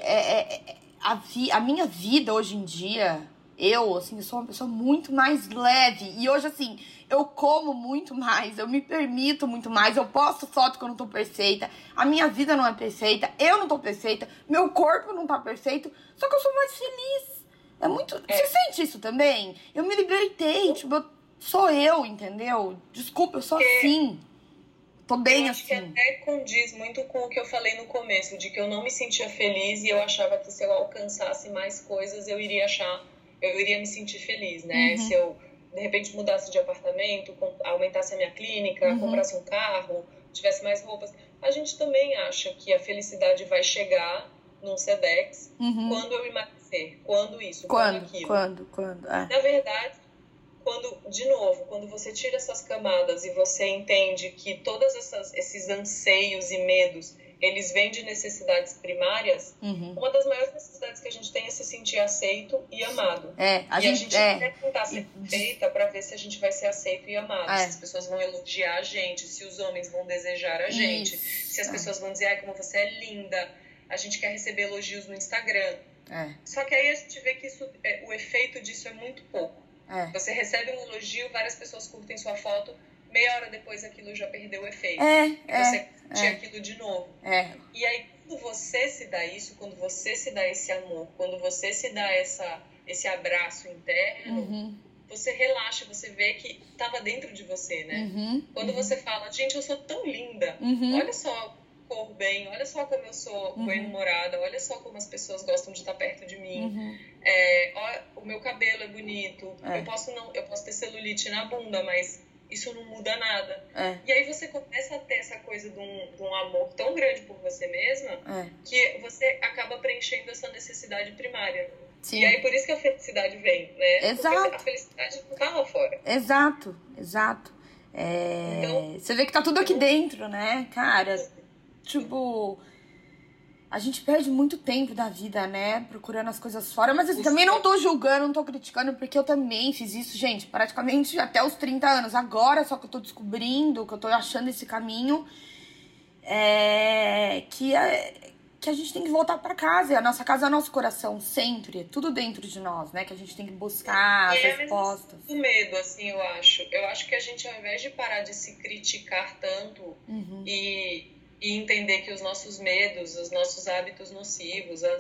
a minha vida hoje em dia, eu sou uma pessoa muito mais leve. E hoje, assim, eu como muito mais, eu me permito muito mais, eu posto foto que eu não tô perfeita, a minha vida não é perfeita, eu não tô perfeita, meu corpo não tá perfeito, só que eu sou mais feliz. Você sente isso também? Eu me libertei, tipo, sou eu, entendeu? Desculpa, eu sou assim. Tô bem eu acho assim. Que até condiz muito com o que eu falei no começo, de que eu não me sentia feliz e eu achava que se eu alcançasse mais coisas, eu iria me sentir feliz, né? Se eu de repente mudasse de apartamento, aumentasse a minha clínica, comprasse um carro, tivesse mais roupas. A gente também acha que a felicidade vai chegar num Sedex quando eu emagrecer, quando aquilo. Quando? Na verdade, quando você tira essas camadas e você entende que todos esses anseios e medos, eles vêm de necessidades primárias, uma das maiores necessidades que a gente tem é se sentir aceito e amado. A gente quer tentar ser feita para ver se a gente vai ser aceito e amado, se as pessoas vão elogiar a gente, se os homens vão desejar a gente, se as pessoas vão dizer, ai, como você é linda. A gente quer receber elogios no Instagram. Só que aí a gente vê que o efeito disso é muito pouco. Você recebe um elogio, várias pessoas curtem sua foto, meia hora depois aquilo já perdeu o efeito. Você curte aquilo de novo. E aí, quando você se dá isso, quando você se dá esse amor, quando você se dá esse abraço interno, você relaxa, você vê que estava dentro de você, né? Quando você fala, gente, eu sou tão linda, olha só, corro bem, olha só como eu sou bem-humorada, olha só como as pessoas gostam de estar perto de mim. O meu cabelo é bonito, eu posso ter celulite na bunda, mas isso não muda nada. E aí você começa a ter essa coisa de um amor tão grande por você mesma que você acaba preenchendo essa necessidade primária. Sim. E aí por isso que a felicidade vem, né? Exato. Porque a felicidade não tá lá fora. Exato. Então, você vê que tá tudo aqui dentro, né, cara? Tipo, a gente perde muito tempo da vida, né? Procurando as coisas fora. Mas assim, também não tô julgando, não tô criticando, porque eu também fiz isso, gente, praticamente até os 30 anos. Agora só que eu tô descobrindo, que eu tô achando esse caminho, que a gente tem que voltar pra casa. E a nossa casa é o nosso coração, sempre. É tudo dentro de nós, né? Que a gente tem que buscar as respostas. O medo, assim, eu acho. Eu acho que a gente, ao invés de parar de se criticar tanto e entender que os nossos medos, os nossos hábitos nocivos,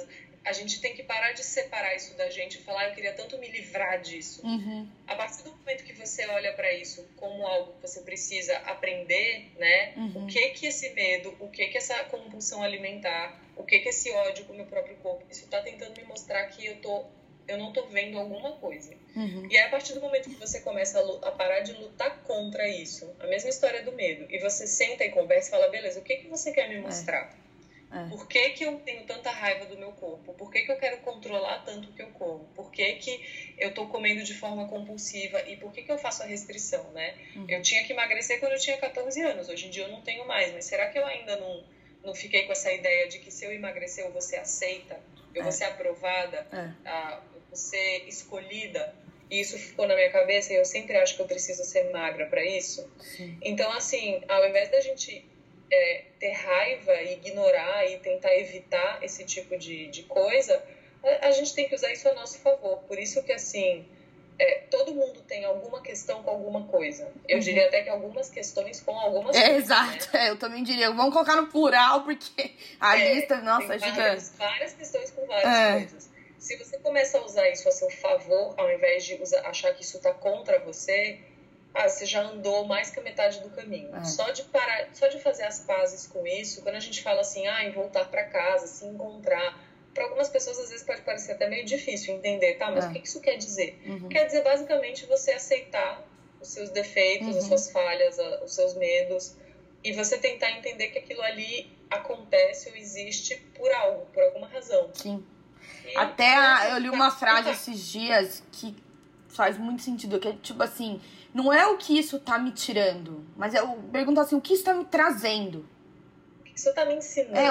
a gente tem que parar de separar isso da gente e falar, eu queria tanto me livrar disso. A partir do momento que você olha para isso como algo que você precisa aprender, né? O que esse medo, o que essa compulsão alimentar, o que esse ódio com o meu próprio corpo, isso tá tentando me mostrar que eu não tô vendo alguma coisa. E aí, a partir do momento que você começa a parar de lutar contra isso, a mesma história do medo, e você senta e conversa e fala, beleza, o que você quer me mostrar? Por que eu tenho tanta raiva do meu corpo? Por que eu quero controlar tanto o que eu como? Por que eu tô comendo de forma compulsiva? E por que eu faço a restrição, né? Eu tinha que emagrecer quando eu tinha 14 anos. Hoje em dia eu não tenho mais. Mas será que eu ainda não fiquei com essa ideia de que se eu emagrecer eu vou ser aceita? Eu vou ser aprovada? Eu vou ser escolhida? E isso ficou na minha cabeça e eu sempre acho que eu preciso ser magra para isso. Sim. Então, assim, ao invés da gente... ter raiva, ignorar e tentar evitar esse tipo de coisa, a gente tem que usar isso a nosso favor. Por isso que, assim, todo mundo tem alguma questão com alguma coisa. Eu diria até que algumas questões com algumas coisas. Exato, né? Eu também diria. Vamos colocar no plural, porque a lista, nossa, é gigante. Várias questões com várias coisas. Se você começa a usar isso a seu favor, ao invés de achar que isso está contra você... você já andou mais que a metade do caminho. Só de fazer as pazes com isso, quando a gente fala assim, em voltar para casa, se encontrar, para algumas pessoas às vezes pode parecer até meio difícil entender, tá? Mas o que isso quer dizer? Quer dizer basicamente você aceitar os seus defeitos, as suas falhas, os seus medos, e você tentar entender que aquilo ali acontece ou existe por algo, por alguma razão. Sim. Até eu li uma frase esses dias que faz muito sentido, que é tipo assim, não é o que isso tá me tirando, mas eu pergunto assim, o que isso tá me trazendo? O que isso tá me ensinando?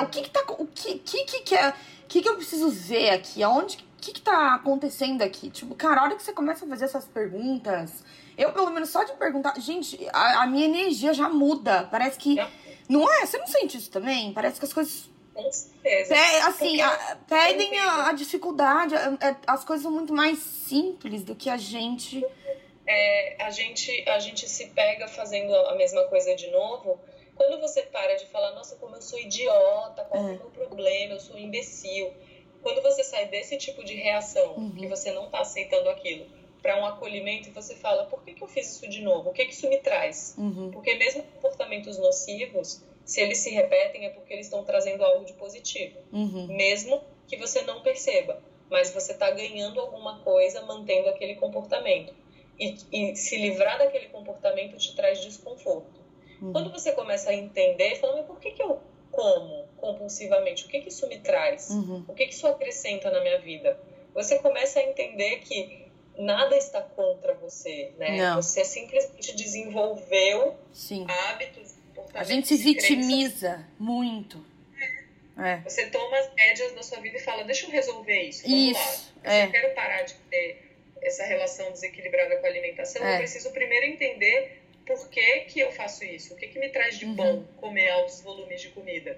O que eu preciso ver aqui? O que tá acontecendo aqui? Tipo, cara, a hora que você começa a fazer essas perguntas, eu pelo menos só de perguntar, gente, a minha energia já muda, parece que, não é? Você não sente isso também? Parece que as coisas... Com certeza. Pedem a dificuldade, as coisas são muito mais simples do que a gente... A gente se pega fazendo a mesma coisa de novo. Quando você para de falar, nossa, como eu sou idiota, qual é o meu problema, eu sou um imbecil. Quando você sai desse tipo de reação, que você não está aceitando aquilo, para um acolhimento, e você fala, por que eu fiz isso de novo? O que isso me traz? Porque mesmo comportamentos nocivos, se eles se repetem, é porque eles estão trazendo algo de positivo. Mesmo que você não perceba. Mas você está ganhando alguma coisa mantendo aquele comportamento. E se livrar daquele comportamento te traz desconforto. Quando você começa a entender, fala, mas por que eu como compulsivamente? O que isso me traz? O que isso acrescenta na minha vida? Você começa a entender que nada está contra você, né? Não. Você simplesmente desenvolveu hábitos, comportamentos. A gente se vitimiza muito. Você toma as rédeas da sua vida e fala, deixa eu resolver isso. Vamos lá. Eu quero parar de ter essa relação desequilibrada com a alimentação. Eu preciso primeiro entender por que eu faço isso. O que me traz de bom comer altos volumes de comida?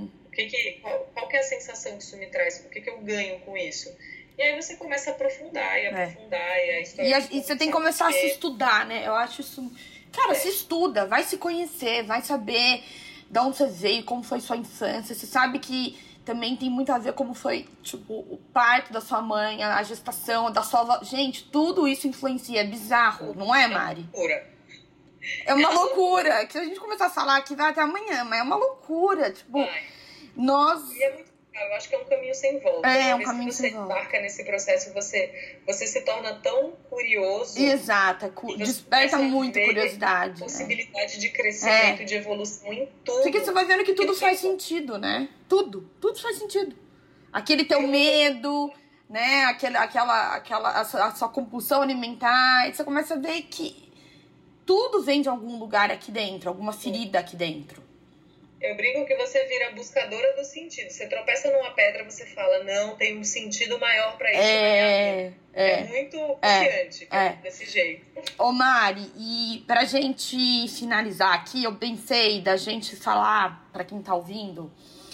Qual que é a sensação que isso me traz? O que eu ganho com isso? E aí você começa a aprofundar e aprofundar. E a história e você tem que começar a se estudar, né? Eu acho isso... Cara, se estuda, vai se conhecer, vai saber de onde você veio, como foi sua infância. Você sabe que também tem muito a ver como foi, tipo, o parto da sua mãe, a gestação da sua avó. Gente, tudo isso influencia. É bizarro, não é, Mari? É uma loucura. Que se a gente começar a falar aqui, vai até amanhã, mas é uma loucura. Tipo, nós... E é muito... Eu acho que é um caminho sem volta. É um caminho sem volta. Você embarca nesse processo, você se torna tão curioso. Exato, desperta muito curiosidade. Possibilidade de crescimento, de evolução em tudo. Porque você vai vendo que tudo faz sentido, né? Tudo faz sentido. Aquele teu medo, né? A sua compulsão alimentar. E você começa a ver que tudo vem de algum lugar aqui dentro, alguma ferida aqui dentro. Eu brinco que você vira buscadora do sentido. Você tropeça numa pedra, você fala, não, tem um sentido maior pra isso. É muito confiante desse jeito. Ô Mari, e pra gente finalizar aqui, eu pensei da gente falar, pra quem tá ouvindo,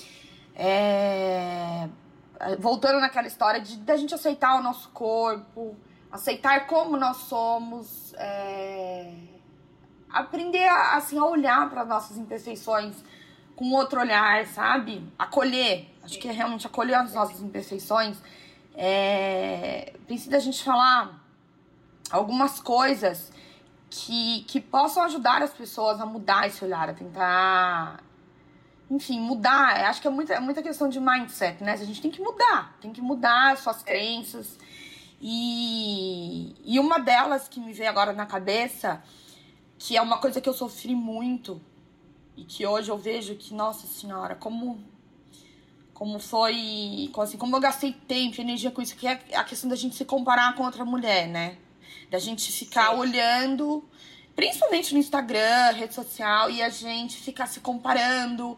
voltando naquela história da gente aceitar o nosso corpo, aceitar como nós somos, aprender a olhar para nossas imperfeições com outro olhar, sabe? Acolher. Acho que é realmente acolher as nossas imperfeições. Precisa a gente falar algumas coisas que possam ajudar as pessoas a mudar esse olhar, a tentar, enfim, mudar. Acho que é muita questão de mindset, né? A gente tem que mudar as suas crenças. E uma delas que me veio agora na cabeça, que é uma coisa que eu sofri muito, e que hoje eu vejo que, nossa senhora, como eu gastei tempo e energia com isso, que é a questão da gente se comparar com outra mulher, né? Da gente ficar olhando, principalmente no Instagram, rede social, e a gente ficar se comparando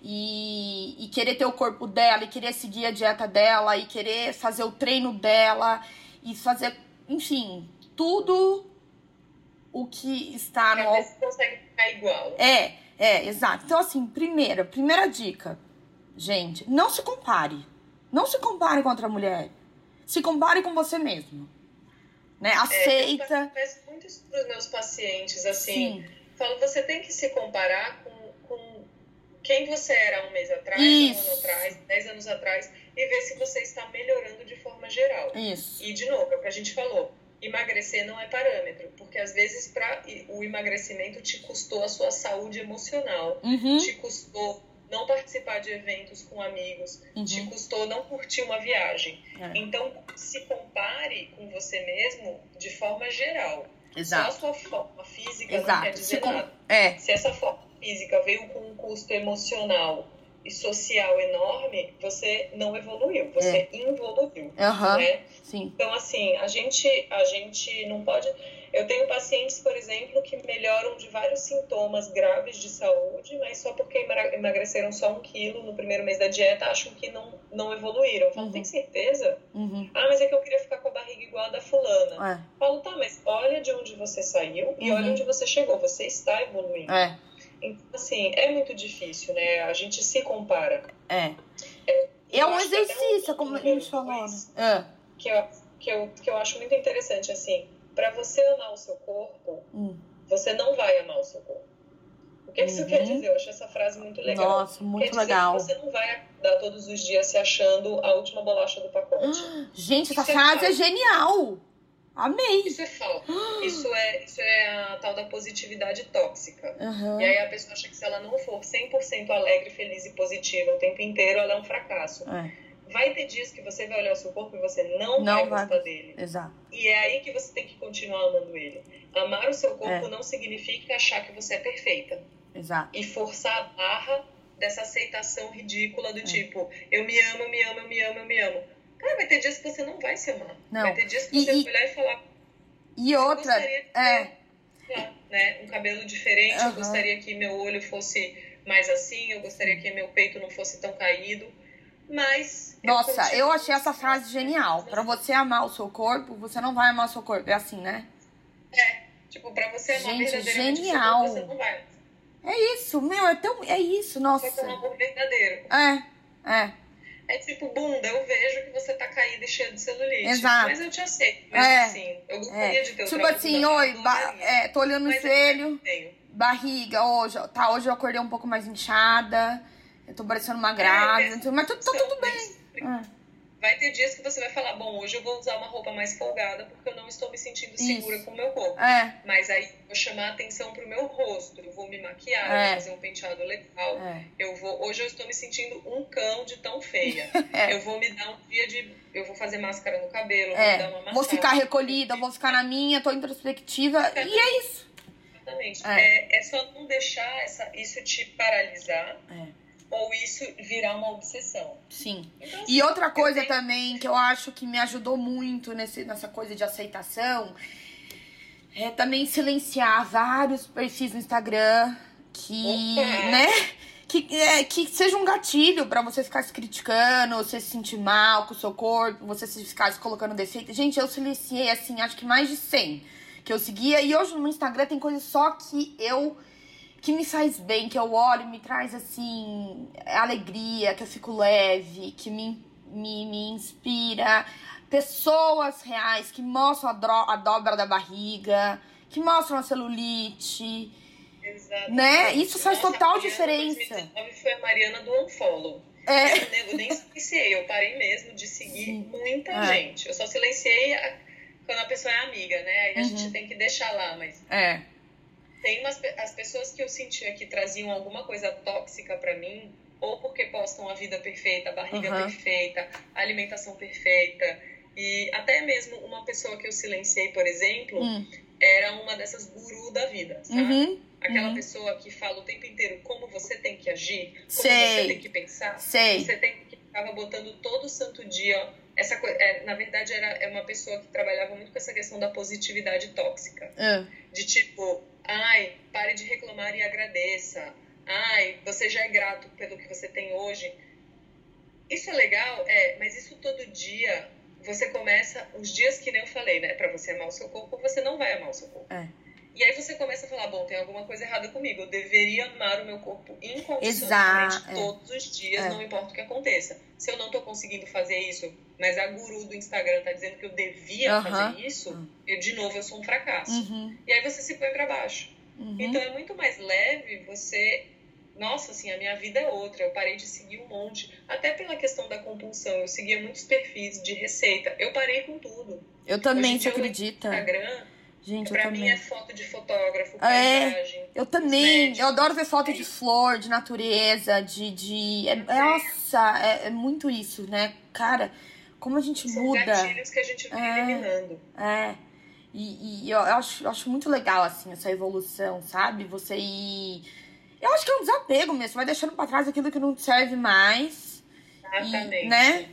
e querer ter o corpo dela, e querer seguir a dieta dela, e querer fazer o treino dela, e fazer, enfim, tudo o que está no... Pra ver se consegue ficar igual. Exato. Então, assim, primeira dica, gente, não se compare. Não se compare com outra mulher. Se compare com você mesmo. Né? Aceita. Eu peço muito isso para os meus pacientes, assim. Sim. Falo, você tem que se comparar com quem você era um mês atrás, um ano atrás, 10 anos atrás, e ver se você está melhorando de forma geral. Isso. E, de novo, é o que a gente falou. Emagrecer não é parâmetro, porque às vezes o emagrecimento te custou a sua saúde emocional, te custou não participar de eventos com amigos, te custou não curtir uma viagem. Então, se compare com você mesmo de forma geral. Exato. Só a sua forma física não quer dizer nada. Se essa forma física veio com um custo emocional e social enorme, você não evoluiu, você involuiu, né? Sim. Então, assim, a gente não pode... Eu tenho pacientes, por exemplo, que melhoram de vários sintomas graves de saúde, mas só porque emagreceram só 1 quilo no primeiro mês da dieta, acham que não evoluíram. Eu falo, tem certeza? Ah, mas é que eu queria ficar com a barriga igual a da fulana. Eu falo, tá, mas olha de onde você saiu e olha onde você chegou. Você está evoluindo. Então, assim, é muito difícil, né? A gente se compara. É um exercício, como a gente falou, né? Que eu acho muito interessante, assim, para você amar o seu corpo, você não vai amar o seu corpo. O que isso quer dizer? Eu acho essa frase muito legal. Nossa, muito quer dizer legal. Que você não vai acordar todos os dias se achando a última bolacha do pacote. Gente, essa frase é genial! Amei! Isso é falso. Isso é a tal da positividade tóxica. E aí a pessoa acha que se ela não for 100% alegre, feliz e positiva o tempo inteiro, ela é um fracasso. Vai ter dias que você vai olhar o seu corpo e você não vai gostar dele. Exato. E é aí que você tem que continuar amando ele. Amar o seu corpo não significa achar que você é perfeita. Exato. E forçar a barra dessa aceitação ridícula do tipo, eu me amo, eu me amo, eu me amo, eu me amo. Cara, vai ter dias que você não vai se amar. Vai ter dias que você vai olhar e falar... E outra... né, um cabelo diferente, eu gostaria que meu olho fosse mais assim, eu gostaria que meu peito não fosse tão caído. Mas... Nossa, eu achei essa frase genial. Pra você amar o seu corpo, você não vai amar o seu corpo. É assim, né? Tipo, pra você amar verdadeiramente genial. o seu corpo, você não vai. É isso, meu, é isso, nossa. Só que é um amor verdadeiro. É tipo, bunda, eu vejo que você tá caída e cheia de celulite. Exato. Mas eu te aceito. Mas assim, eu gostaria de ter o tipo assim, oi, tô olhando no espelho, barriga, hoje eu acordei um pouco mais inchada, eu tô parecendo uma grávida, mas tá tudo bem. Vai ter dias que você vai falar, bom, hoje eu vou usar uma roupa mais folgada porque eu não estou me sentindo segura com o meu corpo. Mas aí eu vou chamar a atenção pro meu rosto, eu vou me maquiar, eu vou fazer um penteado legal. Hoje eu estou me sentindo um cão de tão feia. Eu vou me dar um dia eu vou fazer máscara no cabelo, vou me dar uma massagem. Vou ficar recolhida, vou ficar na minha, tô introspectiva, e é isso. Exatamente. É só não deixar isso te paralisar. Ou isso virar uma obsessão. Sim. Então, e outra coisa também que eu acho que me ajudou muito nessa coisa de aceitação é também silenciar vários perfis no Instagram que seja um gatilho pra você ficar se criticando, você se sentir mal com o seu corpo, você ficar se colocando defeito. Gente, eu silenciei, assim, acho que mais de 100 que eu seguia. E hoje no Instagram tem coisa só que me faz bem, que eu olho e me traz, assim, alegria, que eu fico leve, que me inspira. Pessoas reais que mostram a dobra da barriga, que mostram a celulite. Né? Isso faz Nossa, total a Mariana diferença. 2019 foi a Mariana do unfollow. Eu nem silenciei, eu parei mesmo de seguir muita gente. Eu só silenciei quando a pessoa é amiga, né? Aí a gente tem que deixar lá, mas... Tem as pessoas que eu sentia que traziam alguma coisa tóxica pra mim, ou porque postam a vida perfeita, a barriga perfeita, a alimentação perfeita, e até mesmo uma pessoa que eu silenciei, por exemplo, era uma dessas guru da vida, sabe? Aquela pessoa que fala o tempo inteiro como você tem que agir, como você tem que pensar, você tem que ficava botando todo santo dia essa coisa. Na verdade, é uma pessoa que trabalhava muito com essa questão da positividade tóxica. De tipo, ai, pare de reclamar e agradeça. Ai, você já é grato pelo que você tem hoje. Isso é legal, mas isso todo dia, você começa, os dias que nem eu falei, né? Pra você amar o seu corpo, você não vai amar o seu corpo. E aí você começa a falar, bom, tem alguma coisa errada comigo. Eu deveria amar o meu corpo incondicionalmente todos os dias, não importa o que aconteça. Se eu não tô conseguindo fazer isso, mas a guru do Instagram tá dizendo que eu devia fazer isso, eu sou um fracasso. E aí você se põe pra baixo. Então é muito mais leve você... Nossa, assim, a minha vida é outra. Eu parei de seguir um monte. Até pela questão da compulsão. Eu seguia muitos perfis de receita. Eu parei com tudo. Eu também, você acredita? Instagram, gente, pra mim é foto de fotógrafo, paisagem. Eu também. Eu adoro ver foto de flor, de natureza, Nossa, é muito isso, né? Cara, como a gente muda. São gatilhos que a gente vai eliminando. E eu acho muito legal, assim, essa evolução, sabe? Você ir... Eu acho que é um desapego mesmo. Você vai deixando pra trás aquilo que não te serve mais. Exatamente. Né?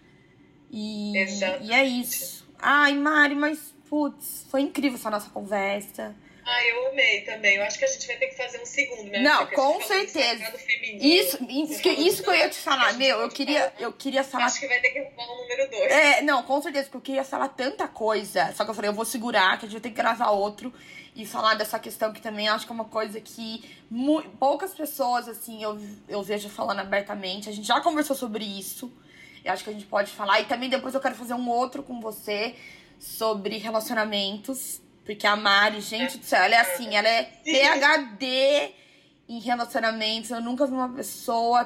Exatamente. E é isso. Ai, Mari, mas, putz, foi incrível essa nossa conversa. Eu amei também. Eu acho que a gente vai ter que fazer um segundo, né? Não, com certeza. Isso que eu ia te falar. Eu queria falar... Acho que vai ter que arrumar um número 2. Não, com certeza, porque eu queria falar tanta coisa. Só que eu falei, eu vou segurar, que a gente vai ter que gravar outro. E falar dessa questão que também acho que é uma coisa que poucas pessoas, assim, eu vejo falando abertamente. A gente já conversou sobre isso. Eu acho que a gente pode falar. E também depois eu quero fazer um outro com você sobre relacionamentos. Porque a Mari, gente do céu, ela é assim, ela é PhD em relacionamentos. Eu nunca vi uma pessoa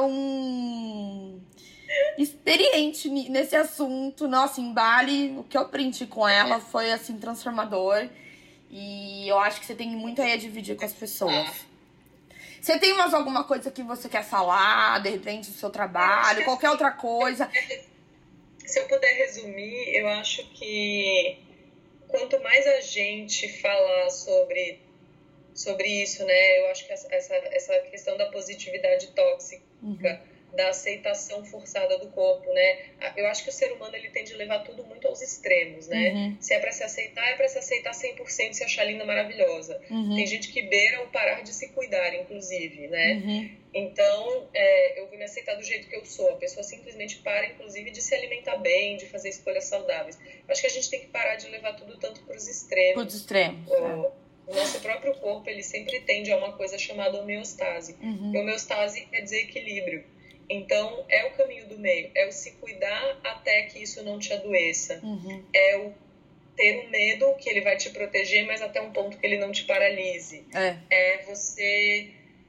tão experiente nesse assunto. Nossa, em Bali, o que eu aprendi com ela foi, assim, transformador. E eu acho que você tem muito aí a dividir com as pessoas. Você tem mais alguma coisa que você quer falar, de repente, do seu trabalho, qualquer outra coisa? Se eu puder resumir, eu acho que quanto mais a gente falar sobre isso, né? Eu acho que essa questão da positividade tóxica, da aceitação forçada do corpo, né? Eu acho que o ser humano, ele tende a levar tudo muito aos extremos, né? Se é pra se aceitar, é pra se aceitar 100%, se achar linda, maravilhosa. Tem gente que beira o parar de se cuidar, inclusive, né? Então, eu vou me aceitar do jeito que eu sou. A pessoa simplesmente para, inclusive, de se alimentar bem, de fazer escolhas saudáveis. Eu acho que a gente tem que parar de levar tudo tanto pros extremos. Pros extremos, O nosso próprio corpo, ele sempre tende a uma coisa chamada homeostase. E homeostase quer dizer equilíbrio. Então, é o caminho do meio. É o se cuidar até que isso não te adoeça. É o ter o medo que ele vai te proteger, mas até um ponto que ele não te paralise. É você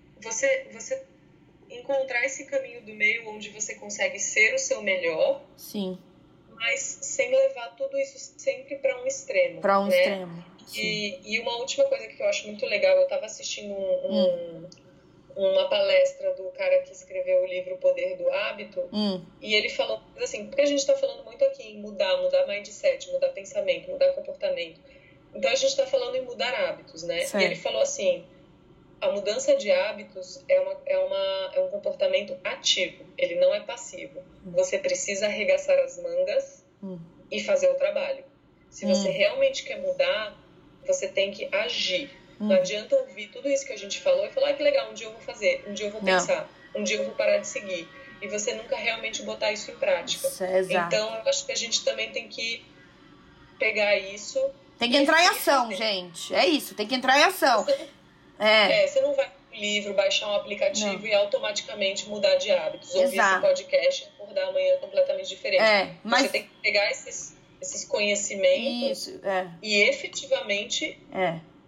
encontrar esse caminho do meio onde você consegue ser o seu melhor. Sim. Mas sem levar tudo isso sempre para um extremo. Para um extremo. E uma última coisa que eu acho muito legal, eu estava assistindo uma palestra do cara que escreveu o livro O Poder do Hábito, e ele falou assim, porque a gente está falando muito aqui em mudar mindset, mudar pensamento, mudar comportamento. Então a gente está falando em mudar hábitos, né? E ele falou assim, a mudança de hábitos é um comportamento ativo, ele não é passivo. Você precisa arregaçar as mangas e fazer o trabalho. Se você realmente quer mudar, você tem que agir. Não adianta ouvir tudo isso que a gente falou e falar, que legal, um dia eu vou fazer, um dia eu vou pensar, um dia eu vou parar de seguir. E você nunca realmente botar isso em prática. Então, eu acho que a gente também tem que pegar isso... Tem que entrar em ação, gente. É isso, tem que entrar em ação. Você não vai no livro, baixar um aplicativo e automaticamente mudar de hábitos. Ouvir esse podcast e acordar amanhã completamente diferente. Mas... Você tem que pegar esses conhecimentos e efetivamente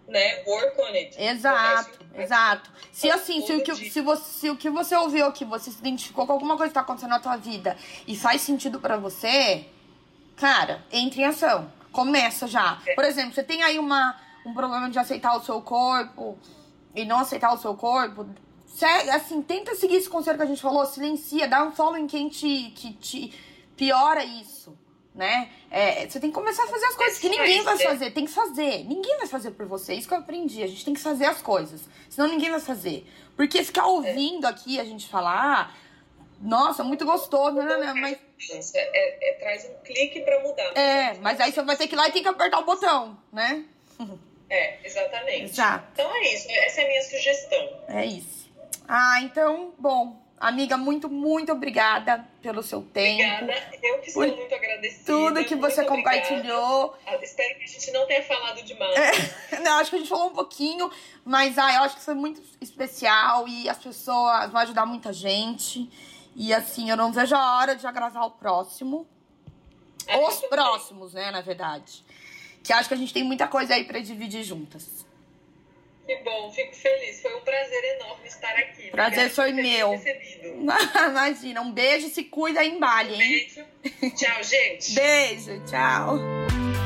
né? Work on it. Exato. Se assim, se o que você ouviu aqui, você se identificou com alguma coisa que tá acontecendo na tua vida e faz sentido pra você, cara, entre em ação. Começa já. Por exemplo, você tem aí um problema de aceitar o seu corpo e não aceitar o seu corpo. Assim, tenta seguir esse conselho que a gente falou, silencia, dá um follow em quem te piora isso, né? Você tem que começar a fazer as coisas que ninguém vai fazer, tem que fazer. Ninguém vai fazer por você, isso que eu aprendi, a gente tem que fazer as coisas, senão ninguém vai fazer. Porque ficar ouvindo aqui a gente falar, nossa, muito gostoso, mas... traz um clique pra mudar. Mas aí você vai ter que ir lá e tem que apertar o botão, né? Exatamente. Exato. Então é isso, essa é a minha sugestão. É isso. Então, bom, amiga, muito, muito obrigada pelo seu tempo. Obrigada, eu que sou muito agradecida. Tudo que você compartilhou. Espero que a gente não tenha falado demais. Não, acho que a gente falou um pouquinho, mas eu acho que foi muito especial e as pessoas vão ajudar muita gente. E assim, eu não vejo a hora de já gravar o próximo. Os próximos, né, na verdade. Que acho que a gente tem muita coisa aí pra dividir juntas. Que bom, fico feliz. Foi um prazer enorme estar aqui. Prazer foi meu. Imagina, um beijo, se cuida aí em Bali, hein? Beijo. Tchau, gente. Beijo, tchau.